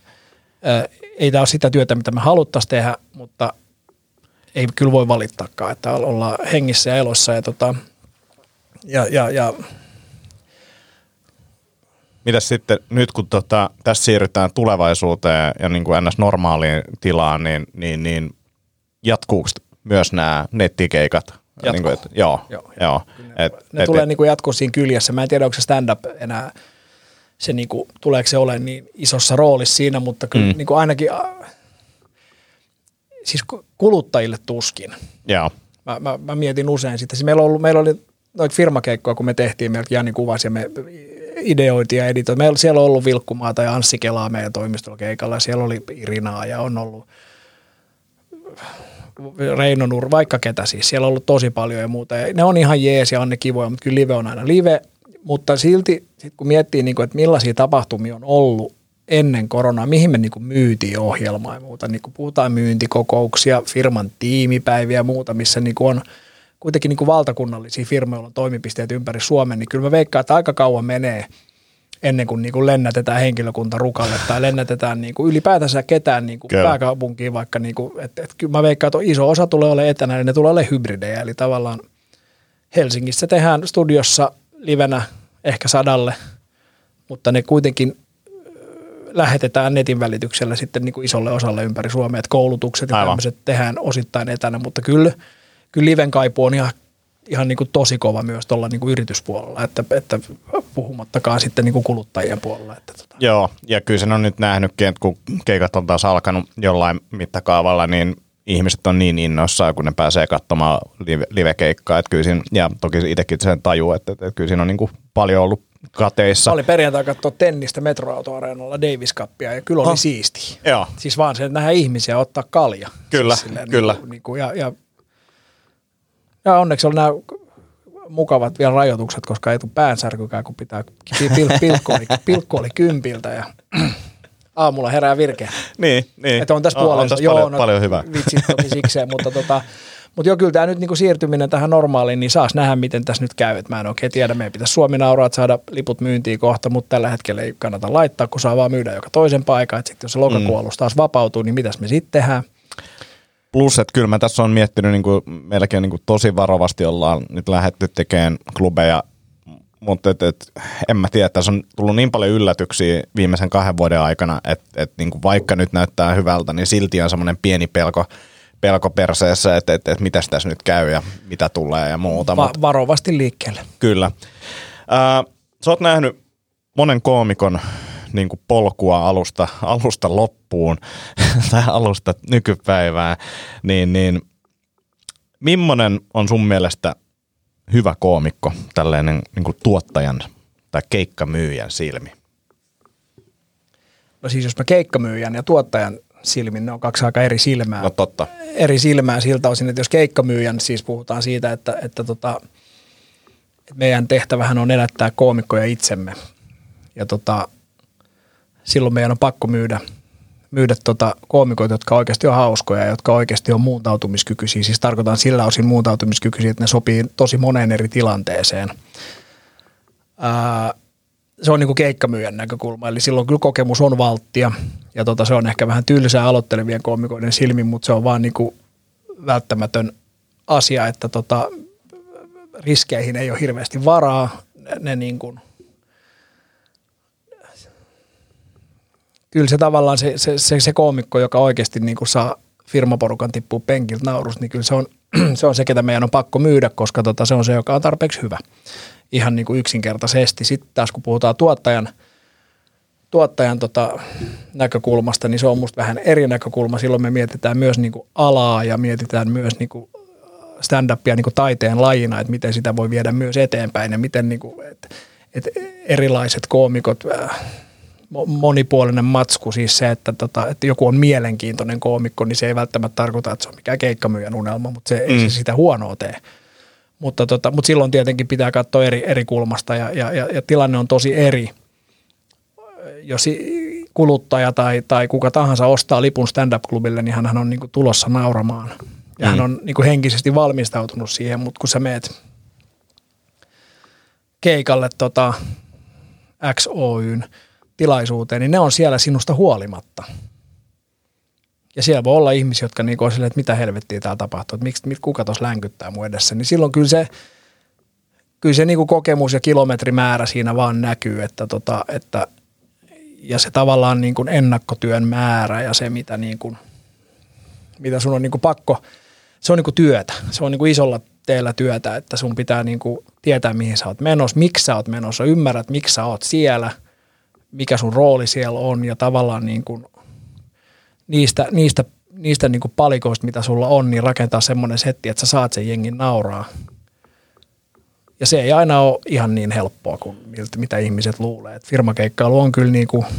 Ei tämä ole sitä työtä, mitä me haluttaisiin tehdä, mutta ei kyllä voi valittaakaan, että ollaan hengissä ja elossa. Ja mitäs sitten nyt, kun tässä siirrytään tulevaisuuteen ja niin kuin ns. Normaaliin tilaan, niin jatkuuko myös nämä nettikeikat? Niin kuin, joo. Ne tulee niin kuin jatkuu siinä kyljessä. Mä en tiedä, onko se stand-up enää, se niin kuin, tuleeko se olemaan niin isossa roolissa siinä, mutta kyllä niin kuin ainakin siis kuluttajille tuskin. Joo. Mä mietin usein sitä. Siis meillä oli noita firmakeikkoja, kun me tehtiin, meiltä Jani kuvasi ja me ideoitiin ja editoitiin. Siellä on ollut Vilkkumaata ja Anssi Kelaa meidän toimistolla keikalla. Siellä oli Irinaa ja on ollut Reino Nur, vaikka ketä siis. Siellä on ollut tosi paljon ja muuta. Ja ne on ihan jees ja on ne kivoja, mutta kyllä live on aina live. Mutta silti, kun miettii, että millaisia tapahtumia on ollut ennen koronaa, mihin me myytiin ohjelmaa ja muuta. Puhutaan myyntikokouksia, firman tiimipäiviä ja muuta, missä on kuitenkin valtakunnallisia firmoja, joilla on toimipisteet ympäri Suomen, niin kyllä mä veikkaan, että aika kauan menee ennen kuin lennätetään henkilökunta rukalle tai lennätetään ylipäätänsä ketään pääkaupunkiin vaikka, että kyllä mä veikkaan, että iso osa tulee olemaan etänä ja ne tulee olemaan hybridejä, eli tavallaan Helsingissä tehdään studiossa livenä ehkä 100, mutta ne kuitenkin lähetetään netin välityksellä sitten isolle osalle ympäri Suomea, että koulutukset ja tämmöiset tehdään osittain etänä, mutta kyllä liven kaipu on ihan tosi kova myös tuolla yrityspuolella, että puhumattakaan sitten kuluttajien puolella. Joo, ja kyllä sen on nyt nähnytkin, että kun keikat on taas alkanut jollain mittakaavalla, niin ihmiset on niin innoissaan, kun ne pääsee katsomaan livekeikkaa, että kyllä siinä, ja toki itsekin sen tajuu, että kyllä siinä on paljon ollut kateissa. Mä olin perjantai katsoa tennistä Metroauto-areenalla Davis Cupia, ja kyllä oli siistiä. Joo. Siis vaan se, että nähdään ihmisiä ottaa kalja. Kyllä, siis kyllä. Ja onneksi oli nämä mukavat vielä rajoitukset, koska ei tule päänsärkykään, kun pitää pilkku oli 10 ja aamulla herää virkeä. Niin. Että on tässä puolensa. Paljon hyvää. Vitsit toki sikseen, mutta joo, kyllä tämä nyt siirtyminen tähän normaaliin, niin saas nähdä, miten tässä nyt käy. Et mä en oikein tiedä, meidän pitäisi Suomi nauraa, että saada liput myyntiin kohta, mutta tällä hetkellä ei kannata laittaa, kun saa vaan myydä joka toisen paikan. Että sitten jos se lokakuun alusta taas vapautuu, niin mitäs me sitten tehdään? Plus, että kyllä mä tässä on miettinyt, meilläkin tosi varovasti ollaan nyt lähdetty tekemään klubeja en mä tiedä, tässä on tullut niin paljon yllätyksiä viimeisen 2 vuoden aikana, että niin kuin vaikka nyt näyttää hyvältä, niin silti on semmoinen pieni pelko perseessä, että mitäs tässä nyt käy ja mitä tulee ja muuta. Varovasti liikkeelle. Kyllä. Sä oot nähnyt monen koomikon niin kuin polkua alusta loppuun tai alusta nykypäivään, niin millainen on sun mielestä hyvä koomikko tällainen niin kuin tuottajan tai keikkamyyjän silmi? No siis jos mä keikkamyyjän ja tuottajan silmin, ne on 2 aika eri silmää. No totta. Eri silmää siltä osin, että jos keikkamyyjän, siis puhutaan siitä, että meidän tehtävähän on elättää koomikkoja itsemme. Ja silloin meidän on pakko myydä koomikoita, jotka oikeasti on hauskoja ja jotka oikeasti on muuntautumiskykyisiä. Siis tarkoitan sillä osin muuntautumiskykyisiä, että ne sopii tosi moneen eri tilanteeseen. Se on niin kuin keikkamyyjän näkökulma, eli silloin kyllä kokemus on valttia. Ja se on ehkä vähän tylsää aloittelevien koomikoiden silmin, mutta se on vaan niin kuin välttämätön asia, että riskeihin ei ole hirveästi varaa. Ne niin kuin kyllä se tavallaan se koomikko, joka oikeasti niin kuin saa firmaporukan tippua penkiltä naurusta, niin kyllä se on se, ketä meidän on pakko myydä, koska se on se, joka on tarpeeksi hyvä. Ihan niin kuin yksinkertaisesti. Sitten taas kun puhutaan tuottajan näkökulmasta, niin se on musta vähän eri näkökulma. Silloin me mietitään myös niin kuin alaa ja mietitään myös niin kuin stand-upia niin kuin taiteen lajina, että miten sitä voi viedä myös eteenpäin ja miten niin kuin, että erilaiset koomikot, monipuolinen matsku, siis se, että joku on mielenkiintoinen koomikko, niin se ei välttämättä tarkoita, että se on mikään keikkamyyjän unelma, mutta ei se sitä huonoa tee. Mutta silloin tietenkin pitää katsoa eri kulmasta ja tilanne on tosi eri. Jos kuluttaja tai kuka tahansa ostaa lipun stand-up-klubille, niin hän on niin kuin tulossa nauramaan. Ja hän on niin kuin henkisesti valmistautunut siihen, mutta kun sä meet keikalle XOYn tilaisuuteen, niin ne on siellä sinusta huolimatta. Ja siellä voi olla ihmisiä, jotka niinku on silleen, että mitä helvettiä täällä tapahtuu, että kuka tuossa länkyttää mun edessä. Niin silloin kyllä se niinku kokemus ja kilometrimäärä siinä vaan näkyy, että ja se tavallaan niinku ennakkotyön määrä ja se, mitä sun on niinku pakko, se on niinku työtä. Se on niinku isolla teellä työtä, että sun pitää niinku tietää, mihin sä oot menossa, miksi sä oot menossa, ymmärrät, miksi sä oot siellä, mikä sun rooli siellä on ja tavallaan niinku niistä niin kuin palikoista, mitä sulla on, niin rakentaa semmoinen setti, että sä saat sen jengin nauraa. Ja se ei aina ole ihan niin helppoa kuin mitä ihmiset luulee. Et firmakeikkailu on kyllä niin kuin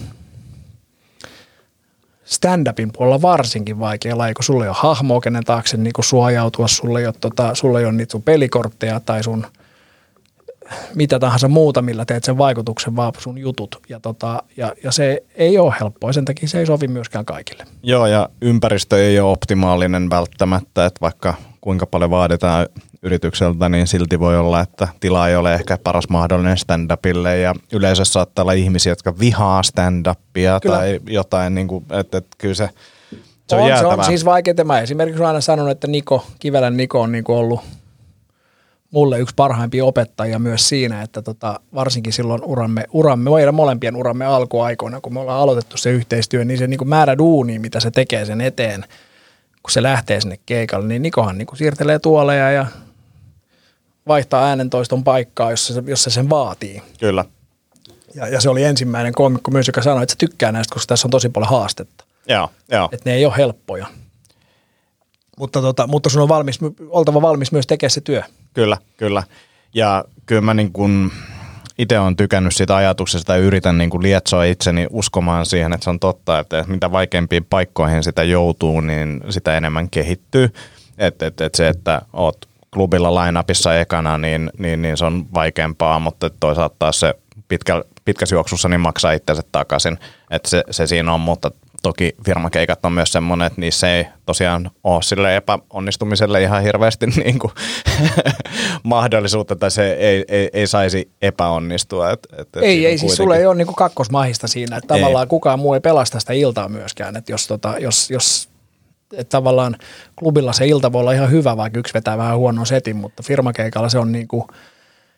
stand-upin puolella varsinkin vaikea laji, kun sulla ei ole hahmoa, kenen taakse niin kuin suojautua, sulla ei ole niitä sun pelikortteja tai sun mitä tahansa muuta, millä teet sen vaikutuksen, vaan sun jutut. Ja se ei ole helppoa, sen takia se ei sovi myöskään kaikille. Joo, ja ympäristö ei ole optimaalinen välttämättä, että vaikka kuinka paljon vaaditaan yritykseltä, niin silti voi olla, että tila ei ole ehkä paras mahdollinen stand-upille, ja yleensä saattaa olla ihmisiä, jotka vihaa stand-upia tai jotain, niin kuin, että kyllä se on jäätävää. Se on siis vaikeaa. Mä esimerkiksi olen aina sanonut, että Kivelän Niko on niin kuin ollut mulle yksi parhaimpia opettajia myös siinä, että varsinkin silloin meidän molempien uramme alkuaikoina, kun me ollaan aloitettu se yhteistyö, niin se niin kuin määrä duunia, mitä se tekee sen eteen, kun se lähtee sinne keikalle, niin Nikohan niin kuin siirtelee tuoleja ja vaihtaa äänentoiston paikkaa, jos se sen vaatii. Kyllä. Ja se oli ensimmäinen koomikko myös, joka sanoi, että se tykkää näistä, koska tässä on tosi paljon haastetta. Joo. Että ne ei ole helppoja. Mutta sun on oltava valmis myös tekemään se työ. Kyllä. Ja kyllä mä niin kun itse olen tykännyt siitä ajatuksesta ja yritän niin kun lietsoa itseni uskomaan siihen, että se on totta, että mitä vaikeampiin paikkoihin sitä joutuu, niin sitä enemmän kehittyy. Että se, että oot klubilla line-upissa ekana, niin se on vaikeampaa, mutta toisaalta taas se pitkässä juoksussa niin maksaa itsensä takaisin. Että se siinä on, mutta toki firmakeikat on myös semmoinen, että niissä ei tosiaan ole sille epäonnistumiselle ihan hirveästi niin kuin mahdollisuutta, tai se ei saisi epäonnistua. Ei siis sulla ei ole niin kuin kakkosmahista siinä, että tavallaan kukaan muu ei pelasta sitä iltaa myöskään, että jos että tavallaan klubilla se ilta voi olla ihan hyvä, vaikka yksi vetää vähän huonon setin, mutta firmakeikalla se on niin kuin,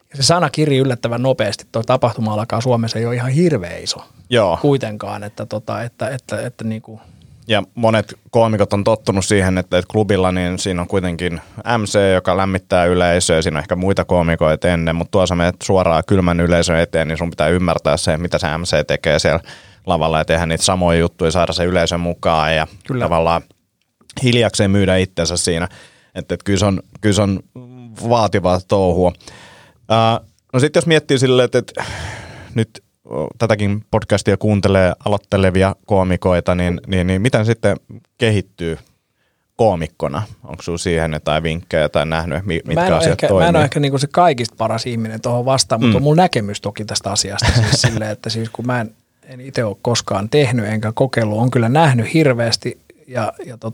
Ja se sana kiri yllättävän nopeasti. Tuo tapahtuma alkaa Suomessa ei ole ihan hirveän iso. Joo. Kuitenkaan, että niin kuin. Ja monet koomikot on tottunut siihen, että klubilla niin siinä on kuitenkin MC, joka lämmittää yleisöä. Siinä on ehkä muita koomikoita ennen, mutta tuossa menet suoraan kylmän yleisön eteen, niin sun pitää ymmärtää se, mitä se MC tekee siellä lavalla ja tehdä niitä samoja juttuja, saada se yleisön mukaan ja Kyllä. tavallaan hiljakseen myydä itsensä siinä. Että kyllä se on vaativaa touhua. No sitten jos miettii silleen, että nyt tätäkin podcastia kuuntelee aloittelevia koomikoita, niin miten sitten kehittyy koomikkona? Onko sinulla siihen jotain vinkkejä tai nähnyt, mitkä asiat toimii? Mä en ole ehkä niinku se kaikista paras ihminen tuohon vastaan, mutta on mun näkemys toki tästä asiasta. Siis silleen, että siis kun mä en itse ole koskaan tehnyt enkä kokeillut, on kyllä nähnyt hirveästi ja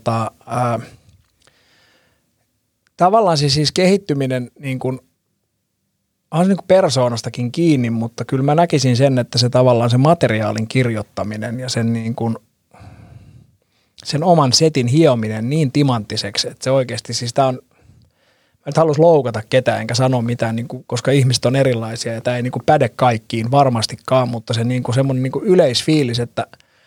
tavallaan siis kehittyminen niin kuin on se niin kuin persoonastakin kiinni, mutta kyllä mä näkisin sen, että se tavallaan se materiaalin kirjoittaminen ja sen, niin kuin, sen oman setin hiominen niin timanttiseksi, että se oikeasti, siis tää on, mä nyt halus loukata ketään enkä sanoa mitään, niin kuin, koska ihmiset on erilaisia ja tämä ei niin kuin päde kaikkiin varmastikaan, mutta se niin kuin semmoinen niin kuin yleisfiilis, että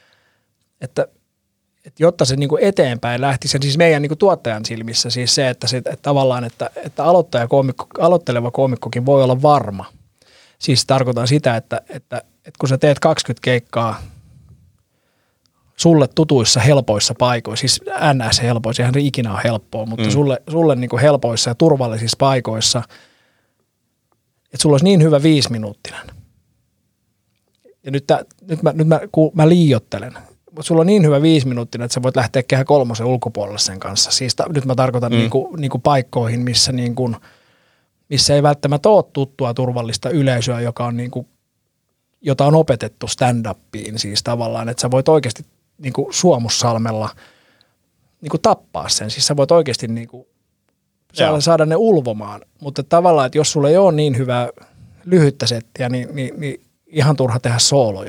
jotta se niin kuin eteenpäin lähtisi, siis meidän niin kuin tuottajan silmissä siis se, että tavallaan, että aloitteleva koomikkokin voi olla varma. Siis tarkoitan sitä, että kun sä teet 20 keikkaa sulle tutuissa helpoissa paikoissa, siis NS-helpoissa, eihän se ikinä ole helppoa, mutta sulle niin kuin helpoissa ja turvallisissa paikoissa, että sulla olisi niin hyvä 5-minuuttinen. Ja nyt mä liioittelen. Sulla on niin hyvä 5-minuuttinen, että sä voit lähteä Kehä kolmosen ulkopuolelle sen kanssa. Siis nyt mä tarkoitan niinku paikkoihin, missä ei välttämättä ole tuttua turvallista yleisöä, jota on opetettu stand-upiin. Siis tavallaan, että sä voit oikeasti niinku Suomussalmella niinku tappaa sen. Siis sä voit oikeasti niinku saada ne ulvomaan. Mutta tavallaan, että jos sulla ei ole niin hyvää lyhyttä settiä, niin ihan turha tehdä sooloja.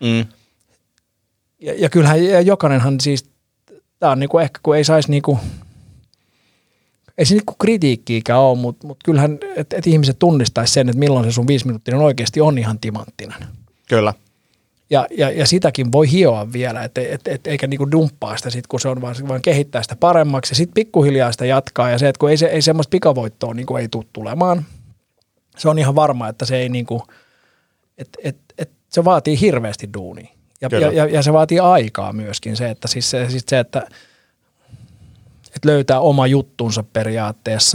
Ja kyllähän jokainenhan siis, tämä on niinku ehkä kun ei saisi niinku, ei se niinku kritiikkiikään ole, mutta kyllähän, että ihmiset tunnistaisi sen, että milloin se sun 5-minuuttinen oikeasti on ihan timanttinen. Kyllä. Ja sitäkin voi hioa vielä, eikä niinku dumppaa sitä sit, kun se on vaan kehittää sitä paremmaksi ja sitten pikkuhiljaa sitä jatkaa ja se, että kun ei semmoista pikavoittoa niinku ei tule tulemaan, se on ihan varma, että se ei niinku, että se vaatii hirveästi duunia. Ja se vaatii aikaa myöskin se, että että löytää oma juttunsa periaatteessa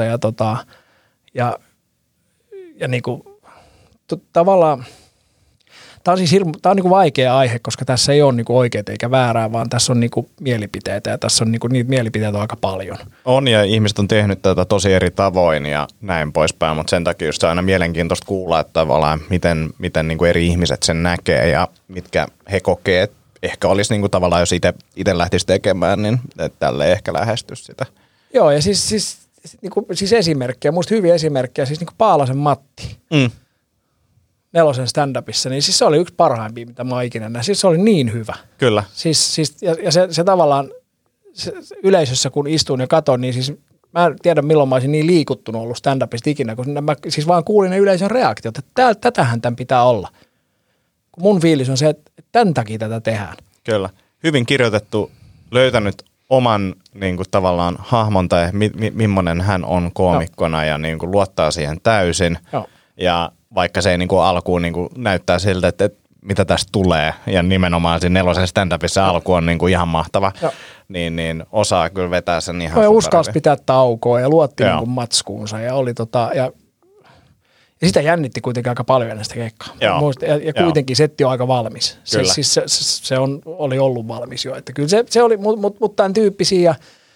ja niinku tavallaan tämä on siis tää on niinku vaikea aihe, koska tässä ei ole niinku oikeaa eikä väärää, vaan tässä on niinku mielipiteitä ja tässä on niinku niitä mielipiteitä on aika paljon. On ja ihmiset on tehnyt tätä tosi eri tavoin ja näin poispäin, mutta sen takia just se on aina mielenkiintoista kuulla, että tavallaan miten niinku eri ihmiset sen näkee ja mitkä he kokee, että ehkä olisi niinku tavallaan, jos itse lähtisi tekemään, niin tälleen ehkä lähestyisi sitä. Joo ja siis esimerkkejä, musta hyviä esimerkkejä, siis niinku Paalasen Matti. Nelosen stand-upissa, niin siis se oli yksi parhaimpia, mitä mä oon ikinä näin. Siis se oli niin hyvä. Kyllä. Ja se tavallaan se yleisössä, kun istun ja katon, niin siis mä en tiedä, milloin mä olisin niin liikuttunut ollut stand-upista ikinä, kun mä siis vaan kuulin ne yleisön reaktiot, että tätähän tämän pitää olla. Kun mun fiilis on se, että tämän takia tätä tehdään. Kyllä. Hyvin kirjoitettu, löytänyt oman niin kuin tavallaan hahmon tai millainen hän on koomikkona ja niin kuin luottaa siihen täysin. Joo. Ja vaikka se ei niin kuin alkuun niin kuin näyttää siltä, että mitä tästä tulee, ja nimenomaan siinä Nelosen stand-upissa alku on niin kuin ihan mahtava, niin osaa kyllä vetää sen ihan ja uskalsi pitää taukoa ja luotti niin kuin matskuunsa ja oli ja sitä jännitti kuitenkin aika paljon ennen sitä keikkaa. Ja kuitenkin setti on aika valmis. Se oli ollut valmis jo. Että kyllä se oli, mutta tämän tyyppisiä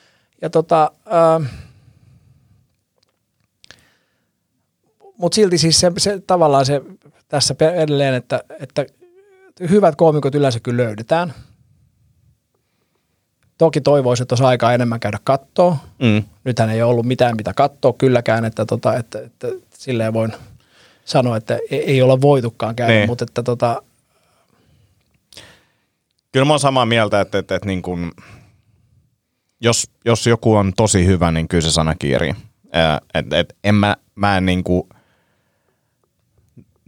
mutta silti siis se tavallaan se tässä edelleen, että hyvät koomikot yleensä kyllä löydetään. Toki toivoisin, että olisi aikaa enemmän käydä kattoo. Nythän ei ole ollut mitään mitä katsoa kylläkään, että silleen voin sanoa, että ei olla voitukaan käydä, niin. Mutta että Kyllä mä oon samaa mieltä, että niin kun, jos joku on tosi hyvä, niin kyllä se sana kiirii. Mä en niin kuin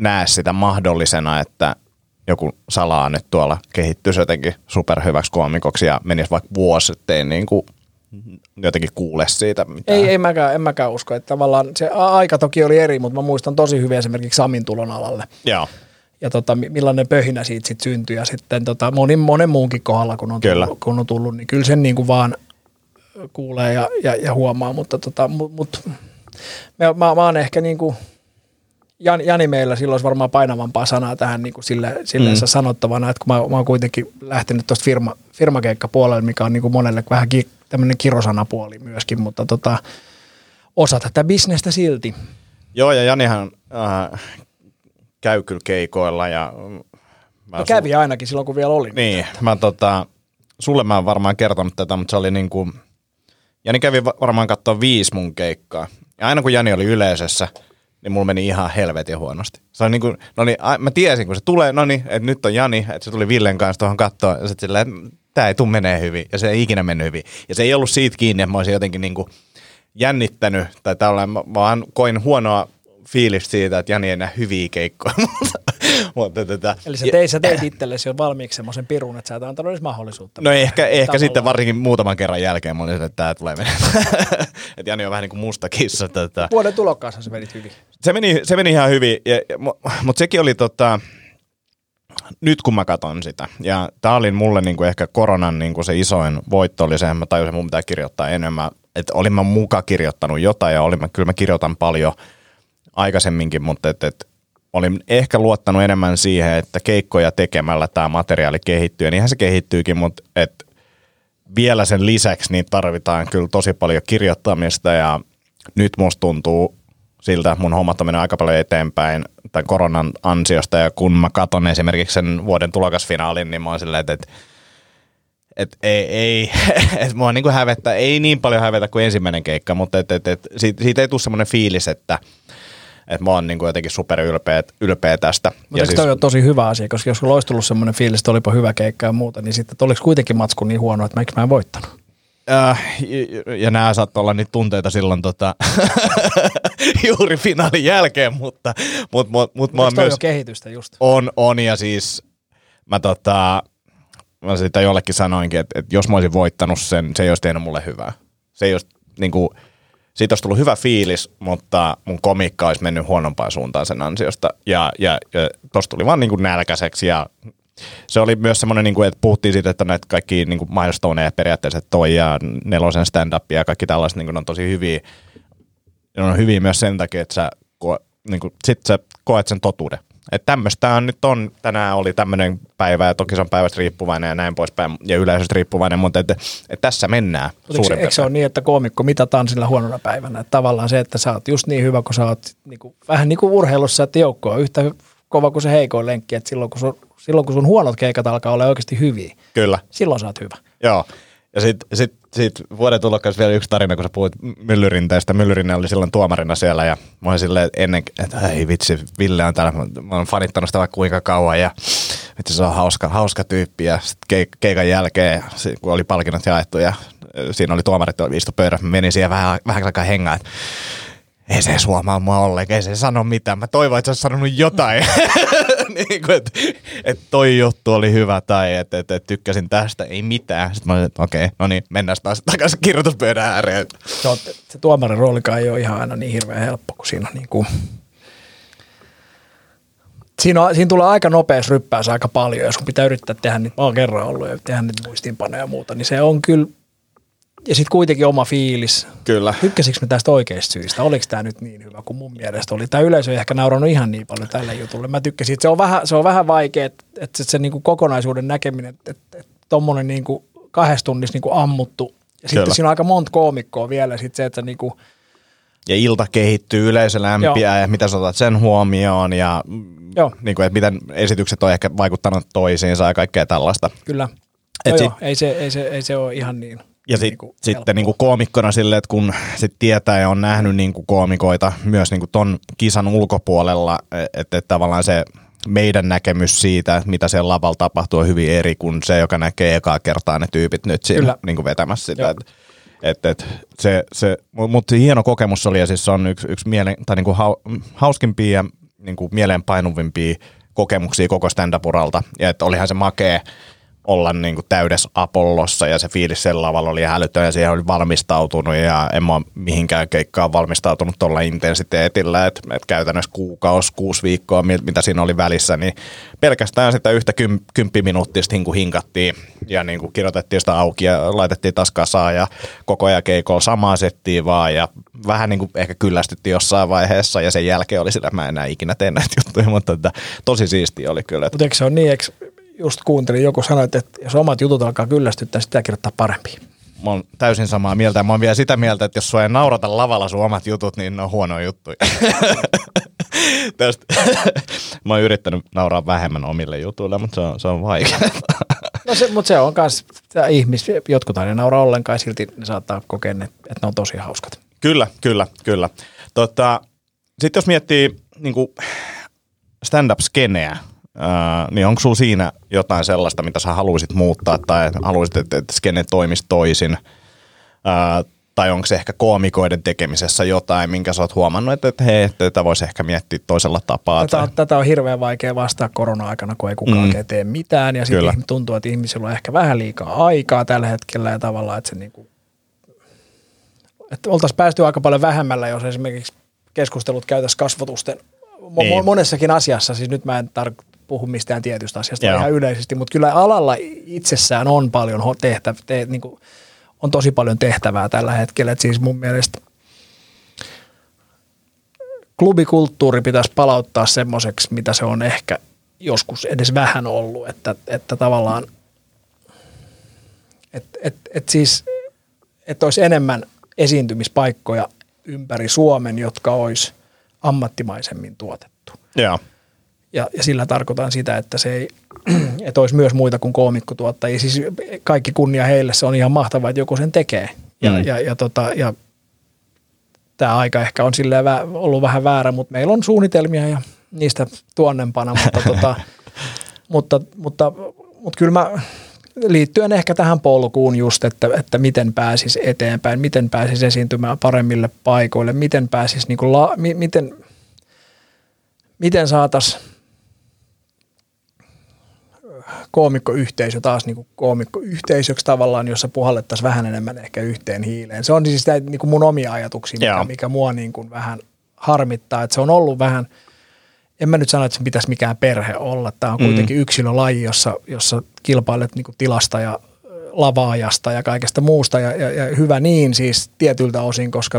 näe sitä mahdollisena, että joku salaa nyt tuolla kehittyisi jotenkin superhyväksi koomikoksi ja menisi vaikka vuosi, ettei niin kuin jotenkin kuule siitä mitään. En mäkään usko, että tavallaan se aika toki oli eri, mutta mä muistan tosi hyvin esimerkiksi Samin tulon alalle. Joo. Ja millainen pöhinä siitä sitten syntyi ja sitten monen muunkin kohdalla, kun on tullut, niin kyllä sen niin kuin vaan kuulee ja huomaa, mutta mä oon ehkä niin kuin Jani meillä silloin olisi varmaan painavampaa sanaa tähän niin kuin silleen sanottavana, että kun mä oon kuitenkin lähtenyt tuosta firmakeikkapuolelle, mikä on niin kuin monelle vähän tämmöinen kirosanapuoli myöskin, mutta osa tätä bisnestä silti. Joo, ja Janihan käy kyllä keikoilla. Kävi ainakin silloin, kun vielä oli. Niin, sulle mä oon varmaan kertonut tätä, mutta se oli niin kuin, Jani kävi varmaan katsoa 5 mun keikkaa. Ja aina kun Jani oli yleisössä, niin mulla meni ihan helvetin huonosti. Se on niin kuin, mä tiesin, kun se tulee, että nyt on Jani, että se tuli Villen kanssa tuohon katsoa, ja sitten silleen, että tää ei tule menee hyvin, ja se ei ikinä mennyt hyvin. Ja se ei ollut siitä kiinni, että mä olisin jotenkin niin kuin jännittänyt, tai tällainen, mä vaan koin huonoa fiilistä siitä, että Jani ei näe hyviä keikkoja. Eli sä teit itsellesi jo valmiiksi semmoisen pirun, että sä et antanut edes mahdollisuutta. No ehkä sitten varsinkin muutaman kerran jälkeen mä olin, että tää tulee menemään. Että Jani on vähän niin kuin musta kissa. Vuoden tulokkaassa se menit hyvin. Se meni ihan hyvin, mutta sekin oli nyt kun mä katson sitä, ja tää oli mulle niinku ehkä koronan niinku se isoin voitto oli se, että mä tajusin, että mun pitää kirjoittaa enemmän. Että olin mä muka kirjoittanut jotain, ja kyllä mä kirjoitan paljon aikaisemminkin, mutta olin ehkä luottanut enemmän siihen, että keikkoja tekemällä tämä materiaali kehittyy. Ja niinhän se kehittyykin, mutta vielä sen lisäksi niin tarvitaan kyllä tosi paljon kirjoittamista. Ja nyt musta tuntuu siltä, että mun hommat on mennyt aika paljon eteenpäin tämän koronan ansiosta. Ja kun mä katson esimerkiksi sen vuoden tulokasfinaalin, niin mä oon silleen, että että mua niin kuin hävettää, ei niin paljon hävetä kuin ensimmäinen keikka, mutta siitä ei tule semmoinen fiilis, että mä oon niin kuin jotenkin superylpeä tästä. Mutta eikö toi ole tosi hyvä asia, koska jos sulla olisi tullut semmoinen fiilis, että olipa hyvä keikka ja muuta, niin sitten oliko kuitenkin matsku niin huono, että miksi mä en voittanut? Ja nämä saattaa olla niitä tunteita silloin juuri finaalin jälkeen, mutta mä oon myös... jo kehitystä just? On ja siis mä sitä jollekin sanoinkin, että jos mä olisin voittanut sen, se ei olisi tehnyt mulle hyvää. Se ei olisi niinku... Siitä olisi tullut hyvä fiilis, mutta mun komiikka olisi mennyt huonompaan suuntaan sen ansiosta. Ja tossa tuli vaan niin kuin nälkäiseksi. Ja se oli myös semmoinen, niin kuin, että puhuttiin siitä, että näitä kaikki niin kuin milestoneja periaatteessa, toi ja Nelosen stand-up ja kaikki tällaiset niin kuin on tosi hyviä. Ne on hyviä myös sen takia, että sit sä koet sen totuuden. Että tämmöistä nyt on, tänään oli tämmöinen päivä ja toki se on päivästä riippuvainen ja näin poispäin ja yleisöstä riippuvainen, mutta että tässä mennään suurin. Eikö se ole niin, että koomikko mitataan sillä huonona päivänä? Että tavallaan se, että sä oot just niin hyvä, kun sä oot vähän niin kuin urheilussa, että joukko on yhtä kova kuin se heikoin lenkki, että silloin kun sun huonot keikat alkaa olla oikeasti hyviä, kyllä. Silloin sä oot hyvä. Joo. Ja sit vuoden tulokkaassa vielä yksi tarina, kun sä puhuit Myllyrinteestä. Myllyrinne oli silloin tuomarina siellä ja mä olin silleen ennen, että ei vitsi, Ville on täällä. Mä olen fanittanut sitä vaikka kuinka kauan ja vitsi se on hauska tyyppi. Ja sit keikan jälkeen, kun oli palkinnot jaettu ja siinä oli tuomarit istu pöydässä, mä menin siihen vähän aikaa hengaan, että ei se suomaa mua ollenkaan, ei se sano mitään. Mä toivon, että sä oot sanonut jotain. Niin kuin, että toi juttu oli hyvä tai että tykkäsin tästä, ei mitään. Sitten mä olin, että okei, no niin, mennään taas takaisin kirjoituspöydän ääreen. Se tuomarin roolikaan ei ole ihan aina niin hirveän helppo, kun siinä on niin kuin... Siinä tulee aika nopeassa ryppäässä aika paljon, jos kun pitää yrittää tehdä niitä, mä oon kerran ollut ja tehdä niitä muistiinpanoja ja muuta, niin se on kyllä... Ja sitten kuitenkin oma fiilis. Kyllä. Tykkäsikö me tästä oikeista syistä? Oliko tämä nyt niin hyvä kuin mun mielestä oli? Tämä yleisö ei ehkä nauranut ihan niin paljon tälle jutulle. Mä tykkäsin, että se on vähän vaikea, että se niinku kokonaisuuden näkeminen, että tommonen niinku 2 tunnissa niinku ammuttu. Ja sitten siinä on aika monta koomikkoa vielä. Sitten se, että niinku... Ja ilta kehittyy, yleisö lämpiää ja mitä sä otat sen huomioon ja niinku, että miten esitykset on ehkä vaikuttanut toisiinsa ja kaikkea tällaista. Kyllä. Ei se ole ihan niin. Ja sitten niinku koomikkona silleen, että kun sit tietää ja on nähnyt niinku koomikoita myös niinku ton kisan ulkopuolella, että tavallaan se meidän näkemys siitä, että mitä siellä lavalla tapahtuu, on hyvin eri kuin se, joka näkee ekaa kertaa ne tyypit nyt siinä niinku vetämässä sitä. Mutta hieno kokemus oli ja siis se on yksi niinku hauskimpia ja niin kuin mieleenpainuvimpia kokemuksia koko stand-up-uralta. Ja että olihan se makea olla niin kuin täydessä Apollossa ja se fiilis sen lavalla oli hälytön ja siihen oli valmistautunut ja en mä ole mihinkään keikkaan valmistautunut tuolla intensiteetillä, että käytännössä kuukausi, 6 viikkoa, mitä siinä oli välissä, niin pelkästään sitä yhtä 10 minuuttista hinkattiin ja niin kuin kirjoitettiin sitä auki ja laitettiin taas kasaan ja koko ajan keikolla samaa settiä vaan ja vähän niin kuin ehkä kyllästyttiin jossain vaiheessa ja sen jälkeen oli sillä, mä enää ikinä tee näitä juttuja, mutta tosi siistiä oli kyllä. Mutta eikö se ole niin, just kuuntelin, joku sanoi, että jos omat jutut alkaa kyllästyttää, sitä kirjoittaa parempi. Mä oon täysin samaa mieltä ja mä oon vielä sitä mieltä, että jos sua ei naurata lavalla sun omat jutut, niin ne on huonoja juttuja. Mä oon yrittänyt nauraa vähemmän omille jutuille, mutta se on vaikeaa. No mutta se on myös jotkut aina nauraa ollenkaan ja silti ne saattaa kokea, että ne on tosi hauskat. Kyllä. Sitten jos miettii niin kuin stand-up-skeneä, niin onko sulla siinä jotain sellaista, mitä sä haluaisit muuttaa tai haluaisit, että skene toimisi toisin? Tai onko se ehkä koomikoiden tekemisessä jotain, minkä sä oot huomannut, että hei, tätä voisi ehkä miettiä toisella tapaa? Tätä on hirveän vaikea vastaa korona-aikana, kun ei kukaan oikein tee mitään. Ja sitten tuntuu, että ihmisillä on ehkä vähän liikaa aikaa tällä hetkellä ja tavallaan, että se niinku, että oltaisiin päästy aika paljon vähemmällä, jos esimerkiksi keskustelut käytäisiin kasvotusten monessakin asiassa. Siis nyt mä en puhu mistään tietystä asiasta ihan yleisesti, mutta kyllä alalla itsessään on paljon niinku, on tosi paljon tehtävää tällä hetkellä. Et siis mun mielestä klubikulttuuri pitäisi palauttaa semmoiseksi, mitä se on ehkä joskus edes vähän ollut, että tavallaan, että olisi enemmän esiintymispaikkoja ympäri Suomen, jotka olisi ammattimaisemmin tuotettu. Joo. Ja sillä tarkoitan sitä, että se ei, että olisi myös muita kuin koomikkotuottajia. Siis kaikki kunnia heille, se on ihan mahtavaa, että joku sen tekee. Ja tämä aika ehkä on silleen ollut vähän väärä, mutta meillä on suunnitelmia ja niistä tuonnempana. Mutta kyllä mä liittyen ehkä tähän polkuun just, että miten pääsisi eteenpäin, miten pääsisi esiintymään paremmille paikoille, miten pääsisi niin kuin miten saataisiin koomikkoyhteisö taas niin kuin koomikkoyhteisöksi tavallaan, jossa puhallettaisiin vähän enemmän ehkä yhteen hiileen. Se on siis sitä niin kuin mun omia ajatuksia, mikä mua niin kuin vähän harmittaa, että se on ollut vähän, en mä nyt sano, että se pitäisi mikään perhe olla. Tämä on kuitenkin yksilölaji, jossa kilpailet niin kuin tilasta ja lavaajasta ja kaikesta muusta ja hyvä niin siis tietyltä osin, koska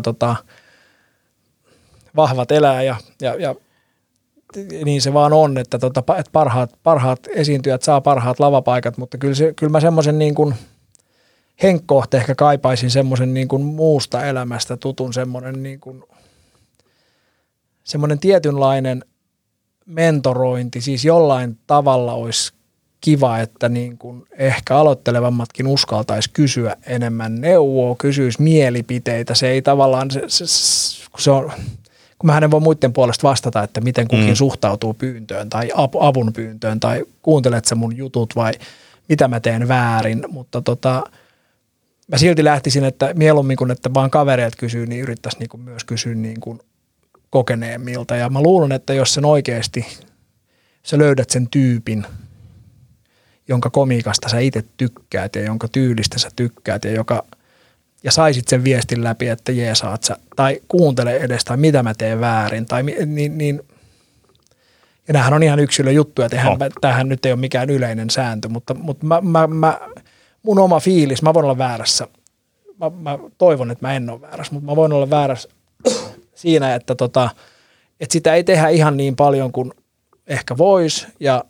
vahvat elää ja niin se vaan on, että parhaat esiintyjät saa parhaat lavapaikat, mutta kyllä mä semmoisen niin kuin henkkohta ehkä kaipaisin semmoisen niin kuin muusta elämästä tutun semmoinen niin kuin semmoinen tietynlainen mentorointi, siis jollain tavalla olisi kiva, että niin kuin ehkä aloittelevammatkin uskaltaisi kysyä enemmän neuvoa, kysyisi mielipiteitä, se ei tavallaan, se on, kun mä en voi muiden puolesta vastata, että miten kukin suhtautuu pyyntöön tai avun pyyntöön tai kuuntelet sä mun jutut vai mitä mä teen väärin, mutta mä silti lähtisin, että mieluummin kun että vaan kavereilta kysyy, niin yrittäisi niin kuin myös kysyä niin kuin kokeneemmilta ja mä luulen, että jos sen oikeasti sä löydät sen tyypin, jonka komiikasta sä itse tykkäät ja jonka tyylistä sä tykkäät ja saisit sen viestin läpi, että jeesaat sä, tai kuuntele edes, tai mitä mä teen väärin, tai niin ja näähän on ihan yksilöjuttuja, tämähän nyt ei ole mikään yleinen sääntö, mutta mun oma fiilis, mä voin olla väärässä, mä toivon, että mä en ole väärässä, mutta mä voin olla väärässä siinä, että sitä ei tehdä ihan niin paljon kuin ehkä vois, ja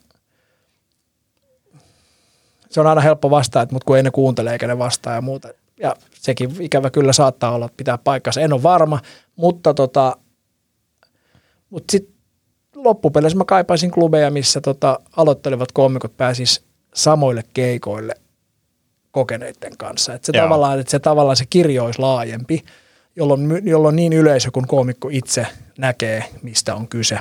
se on aina helppo vastaa, mutta kun ei ne kuuntele eikä ne vastaa ja muuta. Ja sekin ikävä kyllä saattaa olla pitää paikkansa. En ole varma, mutta sitten loppupeleissä mä kaipaisin klubeja, missä aloittelevat koomikot pääsis samoille keikoille kokeneiden kanssa. Että se tavallaan se kirjo olisi laajempi, jolloin niin yleisö kuin koomikko itse näkee, mistä on kyse.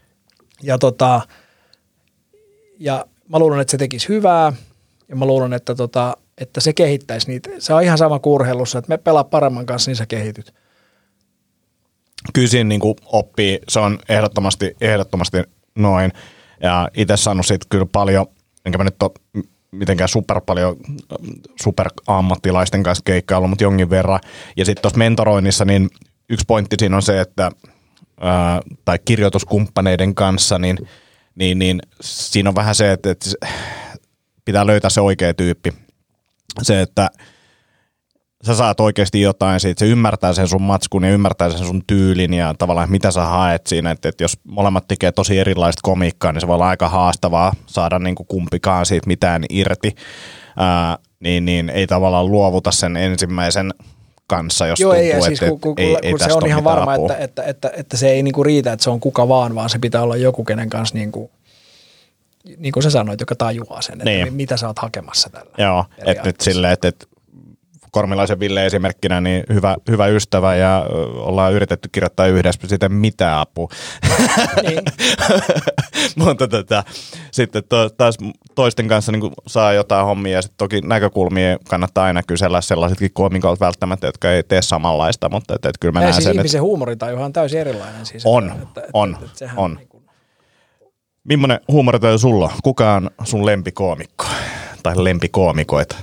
Ja mä luulen, että se tekisi hyvää. Ja mä luulen, että se kehittäisi niitä. Se on ihan sama kuin urheilussa, että me pelaa paremman kanssa, niin sä kehityt. kyllä siinä niin kuin oppii, se on ehdottomasti noin. Ja itse saanut siitä kyllä paljon, enkä mä nyt ole mitenkään super ammattilaisten kanssa keikkaillut, mutta jonkin verran. Ja sitten tuossa mentoroinnissa, niin yksi pointti siinä on se, että tai kirjoituskumppaneiden kanssa, niin siinä on vähän se, että pitää löytää se oikea tyyppi. Se, että sä saat oikeasti jotain siitä, se ymmärtää sen sun matskun ja ymmärtää sen sun tyylin ja tavallaan mitä sä haet siinä, että jos molemmat tekee tosi erilaista komiikkaa, niin se voi olla aika haastavaa saada niin kuin kumpikaan siitä mitään irti, niin ei tavallaan luovuta sen ensimmäisen kanssa, jos tuntuu, että ei se on ihan varma, että se ei niinku riitä, että se on kuka vaan se pitää olla joku, kenen kanssa niin kuin sä sanoit, joka tajuaa sen, että niin. Mitä sä oot hakemassa tällä. Joo, että nyt silleen, että Kormilaisen Ville esimerkkinä, niin hyvä ystävä ja ollaan yritetty kirjoittaa yhdessä sitten mitä apua. Niin. Mutta sitten taas toisten kanssa niin saa jotain hommia ja sitten toki näkökulmia kannattaa aina kysellä sellaisetkin koomikot välttämättä, jotka ei tee samanlaista, mutta että kyllä mä näen sen, ihmisen huumoritajuhan on täysin erilainen. Siis, on. Niin kuin... Millainen huumoritaju sulla on? Kuka on sun lempikoomikko tai lempikoomikoita?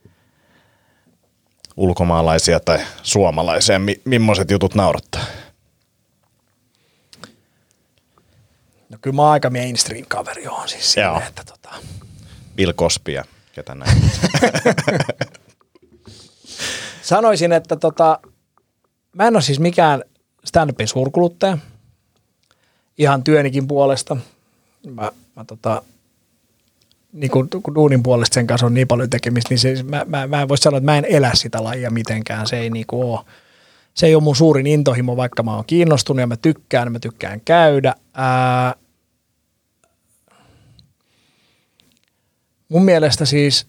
Ulkomaalaisia tai suomalaisia, millaiset jutut naurattaa? No kyllä mä oon aika mainstream-kaveri oon siis siinä, että Bill Cosby ja ketä näin. Sanoisin, että mä en ole siis mikään stand-upin suurkuluttaja ihan työnikin puolesta. Mä niin kun duunin puolesta sen kanssa on niin paljon tekemistä, niin mä en voi sanoa, että mä en elä sitä lajia mitenkään. Se ei niinku ole. Se ei ole mun suurin intohimo, vaikka mä oon kiinnostunut ja mä tykkään käydä. Mun mielestä siis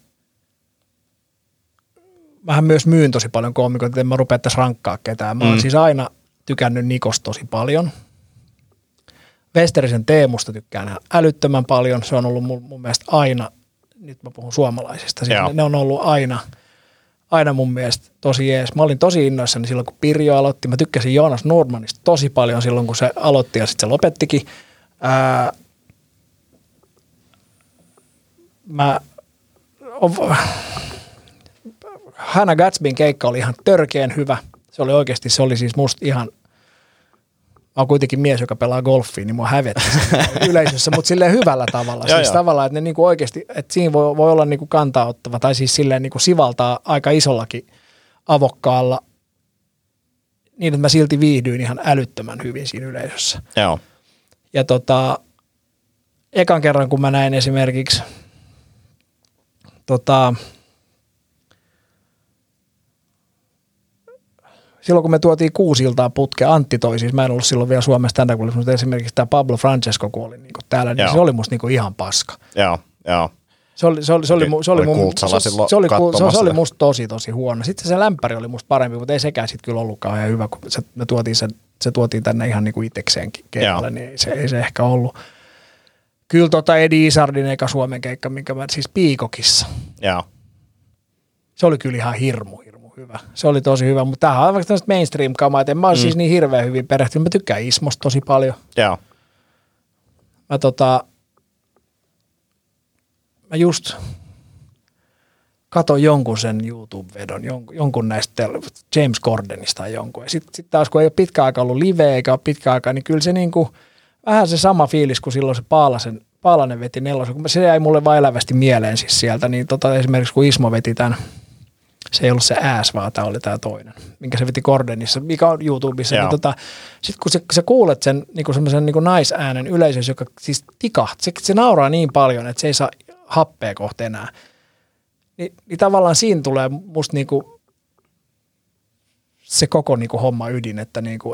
mähän myös myyn tosi paljon koomikoita, että en mä rupea tässä rankkaa ketään. Mä oon siis aina tykännyt Nikosta tosi paljon. Westerisen Teemusta tykkään ihan älyttömän paljon. Se on ollut mun mielestä aina, nyt mä puhun suomalaisista, siis ne on ollut aina mun mielestä tosi jees. Mä olin tosi innoissani silloin, kun Pirjo aloitti. Mä tykkäsin Joonas Nordmanista tosi paljon silloin, kun se aloitti ja sitten se lopettikin. Hannah Gadsbyn keikka oli ihan törkeän hyvä. Se oli siis musta ihan... Mä oon kuitenkin mies, joka pelaa golfia, niin mua hävetti yleisössä, mutta silleen hyvällä tavalla. Siis tavallaan, että ne niinku oikeasti, että siinä voi olla niinku kantaa ottava, tai siis silleen niinku sivaltaa aika isollakin avokkaalla, niin että mä silti viihdyin ihan älyttömän hyvin siinä yleisössä. Joo. Ja ekan kerran, kun mä näin esimerkiksi silloin kun me tuotiin 6 iltaa putkeen, Antti toi siis, mä en ollut silloin vielä Suomessa stand-up, mutta esimerkiksi tämä Pablo Francesco, kun oli niin täällä, niin se oli musta niin ihan paska. Joo. Se oli musta tosi huono. Sitten se lämpäri oli musta parempi, mutta ei sekään sitten kyllä ollut kauhean hyvä, kun se tuotiin tänne ihan niin kuin itsekseenkin keikalle, niin ei se ehkä ollut. Kyllä Edi Isardin eka Suomen keikka, minkä mä siis Piikokissa. Joo. Se oli kyllä ihan hirmu hyvä. Se oli tosi hyvä, mutta tämähän on vaikka tämmöistä mainstream-kamaa, että en mä ole siis niin hirveän hyvin perehtynyt. Mä tykkään Ismosta tosi paljon. Joo. Mä just katon jonkun sen YouTube-vedon, jonkun näistä James Cordenista tai jonkun. Ja sitten taas, kun ei ole pitkään aikaa ollut live eikä ole pitkään aikaa, niin kyllä se niinku, vähän se sama fiilis kuin silloin se Paalanen veti 4. Se jäi mulle vaan elävästi mieleen siis sieltä. Niin esimerkiksi kun Ismo veti tämän, se ei ollut se ääs, vaan tämä oli tämä toinen, minkä se veti Cordenissa, mikä on YouTubessa. Niin sitten kun sä kuulet sen niinku semmoisen niinku naisäänen yleisössä, joka siis tikahti, se nauraa niin paljon, että se ei saa happea kohta enää. Niin tavallaan siinä tulee musta niinku se koko niinku homma ydin, että niinku,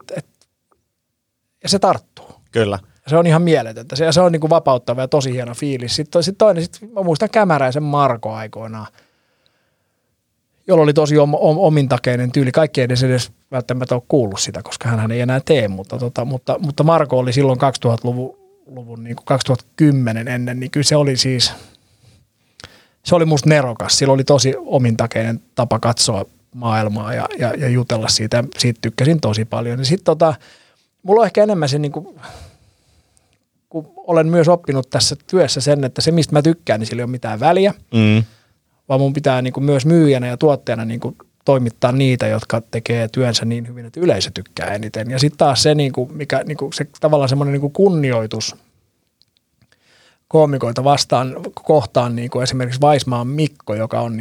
ja se tarttuu. Kyllä. Se on ihan mieletöntä. Se on niinku vapauttava ja tosi hieno fiilis. Sitten toinen, mä muistan Kämäräisen Marko aikoinaan, jolla oli tosi omintakeinen tyyli. Kaikki ei edes välttämättä ole kuullut sitä, koska hän ei enää tee, mutta Marko oli silloin 2000-luvun niin kuin 2010 ennen, niin kyllä se oli siis, se oli musta nerokas. Sillä oli tosi omintakeinen tapa katsoa maailmaa ja jutella siitä. Siitä tykkäsin tosi paljon. Ja sitten mulla on ehkä enemmän se, niin kuin, kun olen myös oppinut tässä työssä sen, että se mistä mä tykkään, niin sillä ei ole mitään väliä. Vaan mun pitää niin kuin myös myyjänä ja tuottajana niin kuin toimittaa niitä, jotka tekee työnsä niin hyvin, että yleisö tykkää eniten. Ja sitten taas se, niin kuin, mikä niin kuin se tavallaan semmoinen niin kuin kunnioitus koomikoita kohtaan niin kuin esimerkiksi Vaismaan Mikko, joka on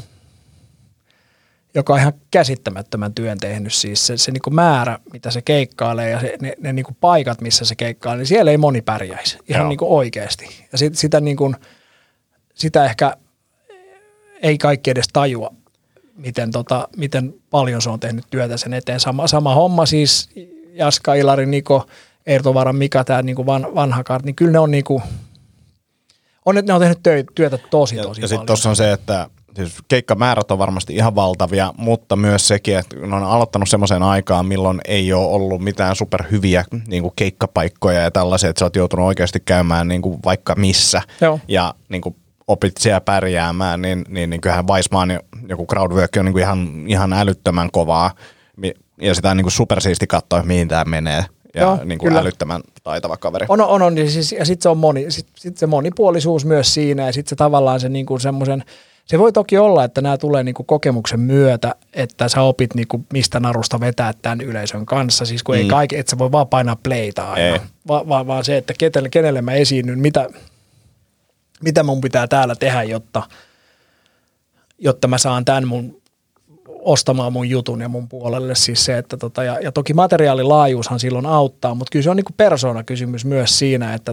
ihan käsittämättömän työn tehnyt. Siis se niin kuin määrä, mitä se keikkailee ja ne niin kuin paikat, missä se keikkailee, niin siellä ei moni pärjäisi ihan niin kuin oikeasti. Ja sitä ehkä ei kaikki edes tajua, miten paljon se on tehnyt työtä sen eteen. Sama homma siis Jaska, Ilari, Niko, Eertovaran, Mika, tämä niin kuin vanha kart, niin kyllä ne on, niin kuin, ne on tehnyt työtä tosi ja paljon. Ja sitten tuossa on se, että siis keikkamäärät on varmasti ihan valtavia, mutta myös sekin, että ne on aloittanut semmoiseen aikaan, milloin ei ole ollut mitään superhyviä niin kuin keikkapaikkoja ja tällaisia, että sä oot joutunut oikeasti käymään niin kuin vaikka missä. Joo. Ja niin kuin opit siellä pärjäämään, niin kyllähän Weissman joku crowdwork on niin kuin ihan älyttömän kovaa ja sitä on niin kuin supersiisti katsoa, mihin tämä menee. Ja joo, niin kuin älyttömän taitava kaveri. On siis, ja sitten se monipuolisuus myös siinä ja sitten se tavallaan se niinku semmoisen, se voi toki olla, että nämä tulee niinku kokemuksen myötä, että sä opit niinku mistä narusta vetää tämän yleisön kanssa, siis kun ei kaikki, että sä voi vaan painaa playta aina, vaan se, että kenelle mä esiinnyn, mitä mun pitää täällä tehdä, jotta mä saan tämän ostamaan mun jutun ja mun puolelle siis se, että ja toki materiaalilaajuushan silloin auttaa, mutta kyllä se on niinku persoonakysymys myös siinä, että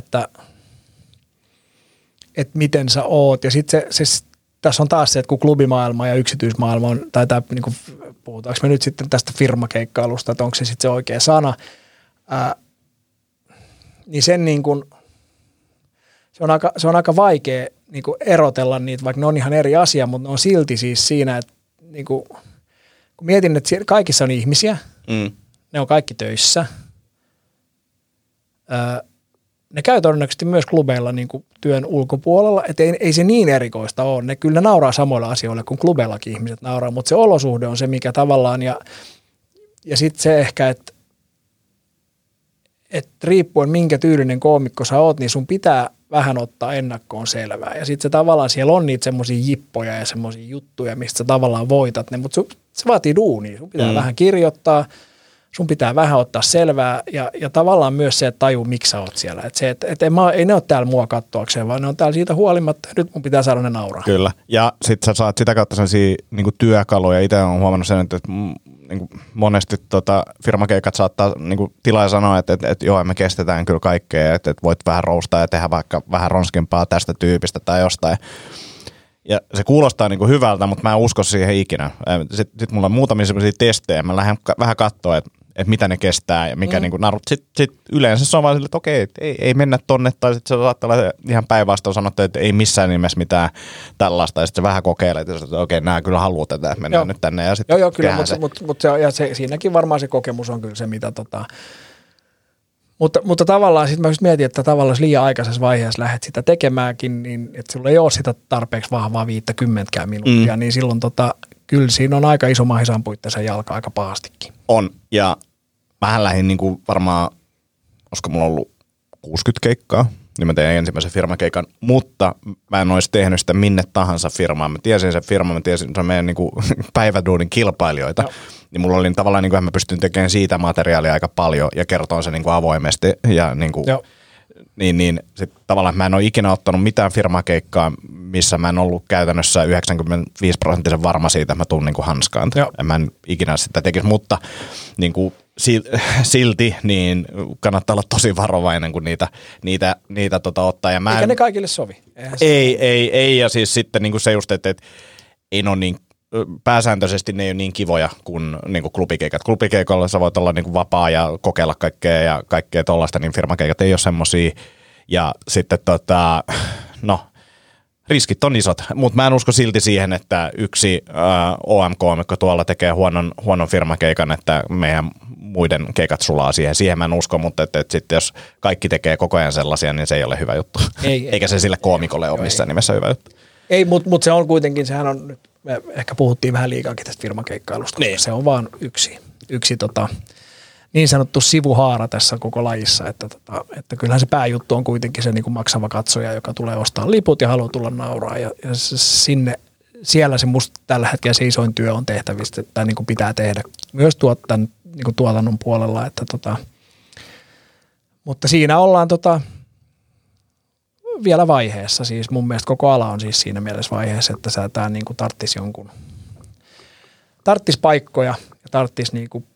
miten sä oot ja sitten se tässä on taas se, että kun klubimaailma ja yksityismaailma on, tai tämä niinku, puhutaanko me nyt sitten tästä firmakeikkailusta, että onko se sitten se oikea sana, niin sen niin kuin, se on aika vaikea niin kuin erotella niitä, vaikka ne on ihan eri asia, mutta ne on silti siis siinä, että niin kuin, kun mietin, että kaikissa on ihmisiä, ne on kaikki töissä, ne käy todennäköisesti myös klubeilla niin kuin työn ulkopuolella, että ei se niin erikoista ole. Ne kyllä nauraa samoilla asioilla kuin klubeillakin ihmiset nauraa, mutta se olosuhde on se, mikä tavallaan, ja sitten se ehkä, että riippuen minkä tyylinen koomikko sä oot, niin sun pitää vähän ottaa ennakkoon selvää. Ja sitten se tavallaan siellä on niitä semmoisia jippoja ja semmoisia juttuja, mistä sä tavallaan voitat ne, mutta se vaatii duunia. Sun pitää vähän kirjoittaa, sun pitää vähän ottaa selvää ja tavallaan myös se, että tajuu, miksi sä oot siellä. Ei ne ole täällä mua kattoakseen, vaan ne on täällä siitä huolimatta, nyt mun pitää saada ne nauraa. Kyllä, ja sit sä saat sitä kautta sellaisia niinku työkaluja. Itse olen huomannut sen, että niinku monesti firmakeikat saattaa niinku tilaaja sanoa, että joo, me kestetään kyllä kaikkea, että voit vähän roustaa ja tehdä vaikka vähän ronskimpaa tästä tyypistä tai jostain. Ja se kuulostaa niinku hyvältä, mutta mä en usko siihen ikinä. Sitten mulla on muutamia sellaisia testejä, mä lähden vähän katsoa, että mitä ne kestää ja mikä niinku narut. Sitten yleensä se on vaan sille, että okei, ei mennä tonne, tai sitten se saattaa olla ihan päinvastoin sanottu, että ei missään nimessä mitään tällaista, ja sitten se vähän kokeilee, että okei, nää kyllä haluaa tätä, että mennään nyt tänne, ja sitten joo, kyllä, mutta siinäkin varmaan se kokemus on kyllä se, mitä Mutta tavallaan sitten mä just mietin, että tavallaan jos liian aikaisessa vaiheessa lähdet sitä tekemäänkin, niin että sulla ei ole sitä tarpeeksi vahvaa 50 minuuttia, niin silloin kyllä siinä on aika iso mahis ampua sen jalka aika pahastikin. On, ja mähän lähdin niinku varmaan, koska mulla on ollut 60 keikkaa, niin mä tein ensimmäisen firmakeikan, mutta mä en olisi tehnyt sitä minne tahansa firmaan. Mä tiesin sen firman, mä tiesin se meidän niinku päiväduunin kilpailijoita, niin mulla oli tavallaan, niin kuin mä pystyn tekemään siitä materiaalia aika paljon ja kertoon se niinku avoimesti ja niinku, niin sit tavallaan mä en ole ikinä ottanut mitään firmakeikkaa, missä mä en ollut käytännössä 95% varma siitä, että mä tuun niinku hanskaan. Mä en ikinä sitä tekisi, mutta niinku silti niin kannattaa olla tosi varovainen, kun niitä ottaa. Ja eikä ne kaikille sovi. Ei, ja siis sitten niinku se just, että ei ole niin, pääsääntöisesti ne ei ole niin kivoja kuin niinku klubikeikat. Klubikeikolla sä voit olla niinku vapaa ja kokeilla kaikkea tollaista, niin firmakeikat ei ole semmosia. Ja sitten riskit on isot, mutta mä en usko silti siihen, että yksi OM-koomikko tuolla tekee huonon firmakeikan, että meidän muiden keikat sulaa siihen. Siihen mä en usko, mutta että sitten jos kaikki tekee koko ajan sellaisia, niin se ei ole hyvä juttu. Eikä se sille koomikolle ole missään nimessä hyvä juttu. Ei, mutta se on kuitenkin, sehän on nyt me ehkä puhuttiin vähän liikaakin tästä firmakeikkailusta, koska se on vaan yksi niin sanottu sivuhaara tässä koko lajissa, että kyllähän se pääjuttu on kuitenkin se niin kuin maksava katsoja, joka tulee ostaa liput ja haluaa tulla nauraa ja siellä se musta tällä hetkellä se isoin työ on tehtävistä, tai niin kuin pitää tehdä myös niin kuin tuotannon puolella, mutta siinä ollaan vielä vaiheessa, siis mun mielestä koko ala on siis siinä mielessä vaiheessa, että tämä niin kuin tarttis paikkoja ja tarttis niin kuin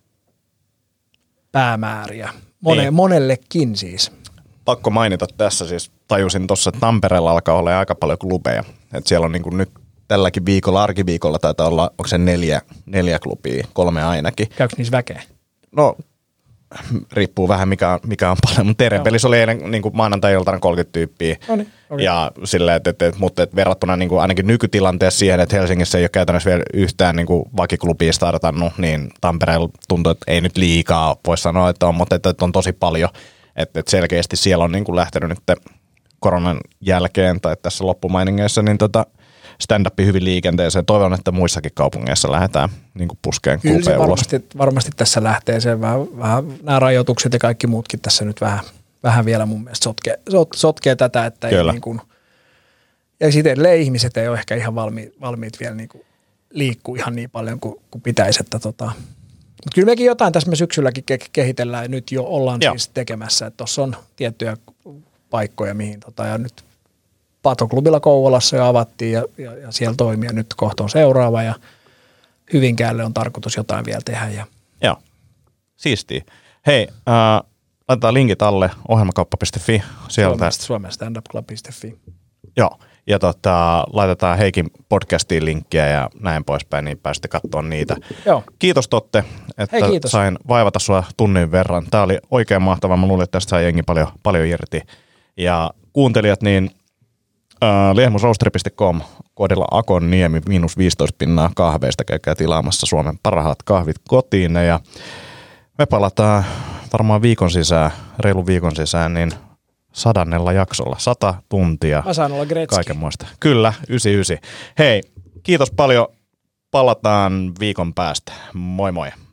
päämääriä. Monellekin siis. Pakko mainita tässä siis, tajusin tuossa, että Tampereella alkaa olla aika paljon klubeja. Että siellä on niin kuin nyt tälläkin viikolla, arkiviikolla taitaa olla, onko se 4 klubia, 3 ainakin. Käykö niissä väkeä? No, riippuu vähän mikä on paljon, mutta Terepelissä oli eilen niin kuin maanantai-iltana 30 tyyppiä. Noniin, okay. Ja silleen, mutta verrattuna niin kuin ainakin nykytilanteessa siihen, että Helsingissä ei ole käytännössä vielä yhtään niin kuin vakiklubia startannut, niin Tampereella tuntuu, että ei nyt liikaa voi sanoa, että on, mutta että on tosi paljon. Että selkeästi siellä on niin kuin lähtenyt nyt koronan jälkeen tai tässä loppumainingeissa niin stand-up hyvin liikenteeseen. Toivon, että muissakin kaupungeissa lähdetään niin kuin puskeen klubeja ulos. Varmasti tässä lähtee se vähän nämä rajoitukset ja kaikki muutkin tässä nyt vähän vielä mun mielestä sotkee tätä, että ei niin kuin, ja sitten edelleen ihmiset ei ole ehkä ihan valmiit vielä niin kuin liikkuu ihan niin paljon kuin pitäisi, mutta kyllä mekin jotain tässä me syksylläkin kehitellään ja nyt jo ollaan siis tekemässä, että tuossa on tiettyjä paikkoja, mihin ja nyt Patoklubilla Kouvolassa jo avattiin ja siellä toimii ja nyt kohta on seuraava ja Hyvinkäälle on tarkoitus jotain vielä tehdä. Joo, siistiä. Hei, laitetaan linkit alle ohjelmakauppa.fi. Suomen standupclub.fi. Joo, ja laitetaan Heikin podcastiin linkkiä ja näin poispäin, niin pääsitte katsoa niitä. Joo. Kiitos Totte, että sain vaivata sua tunnin verran. Tämä oli oikein mahtavaa. Mä luulin, että tästä sai jengi paljon irti. Ja kuuntelijat, niin liehmusroasteri.com koodilla akonniemi -15 kahveista käykää tilaamassa Suomen parhaat kahvit kotiin. Ja me palataan varmaan reilun viikon sisään, niin 100. jaksolla. 100 tuntia. Mä saan olla Gretzky. Kaikenmoista. Kyllä, 99. Hei, kiitos paljon. Palataan viikon päästä. Moi moi.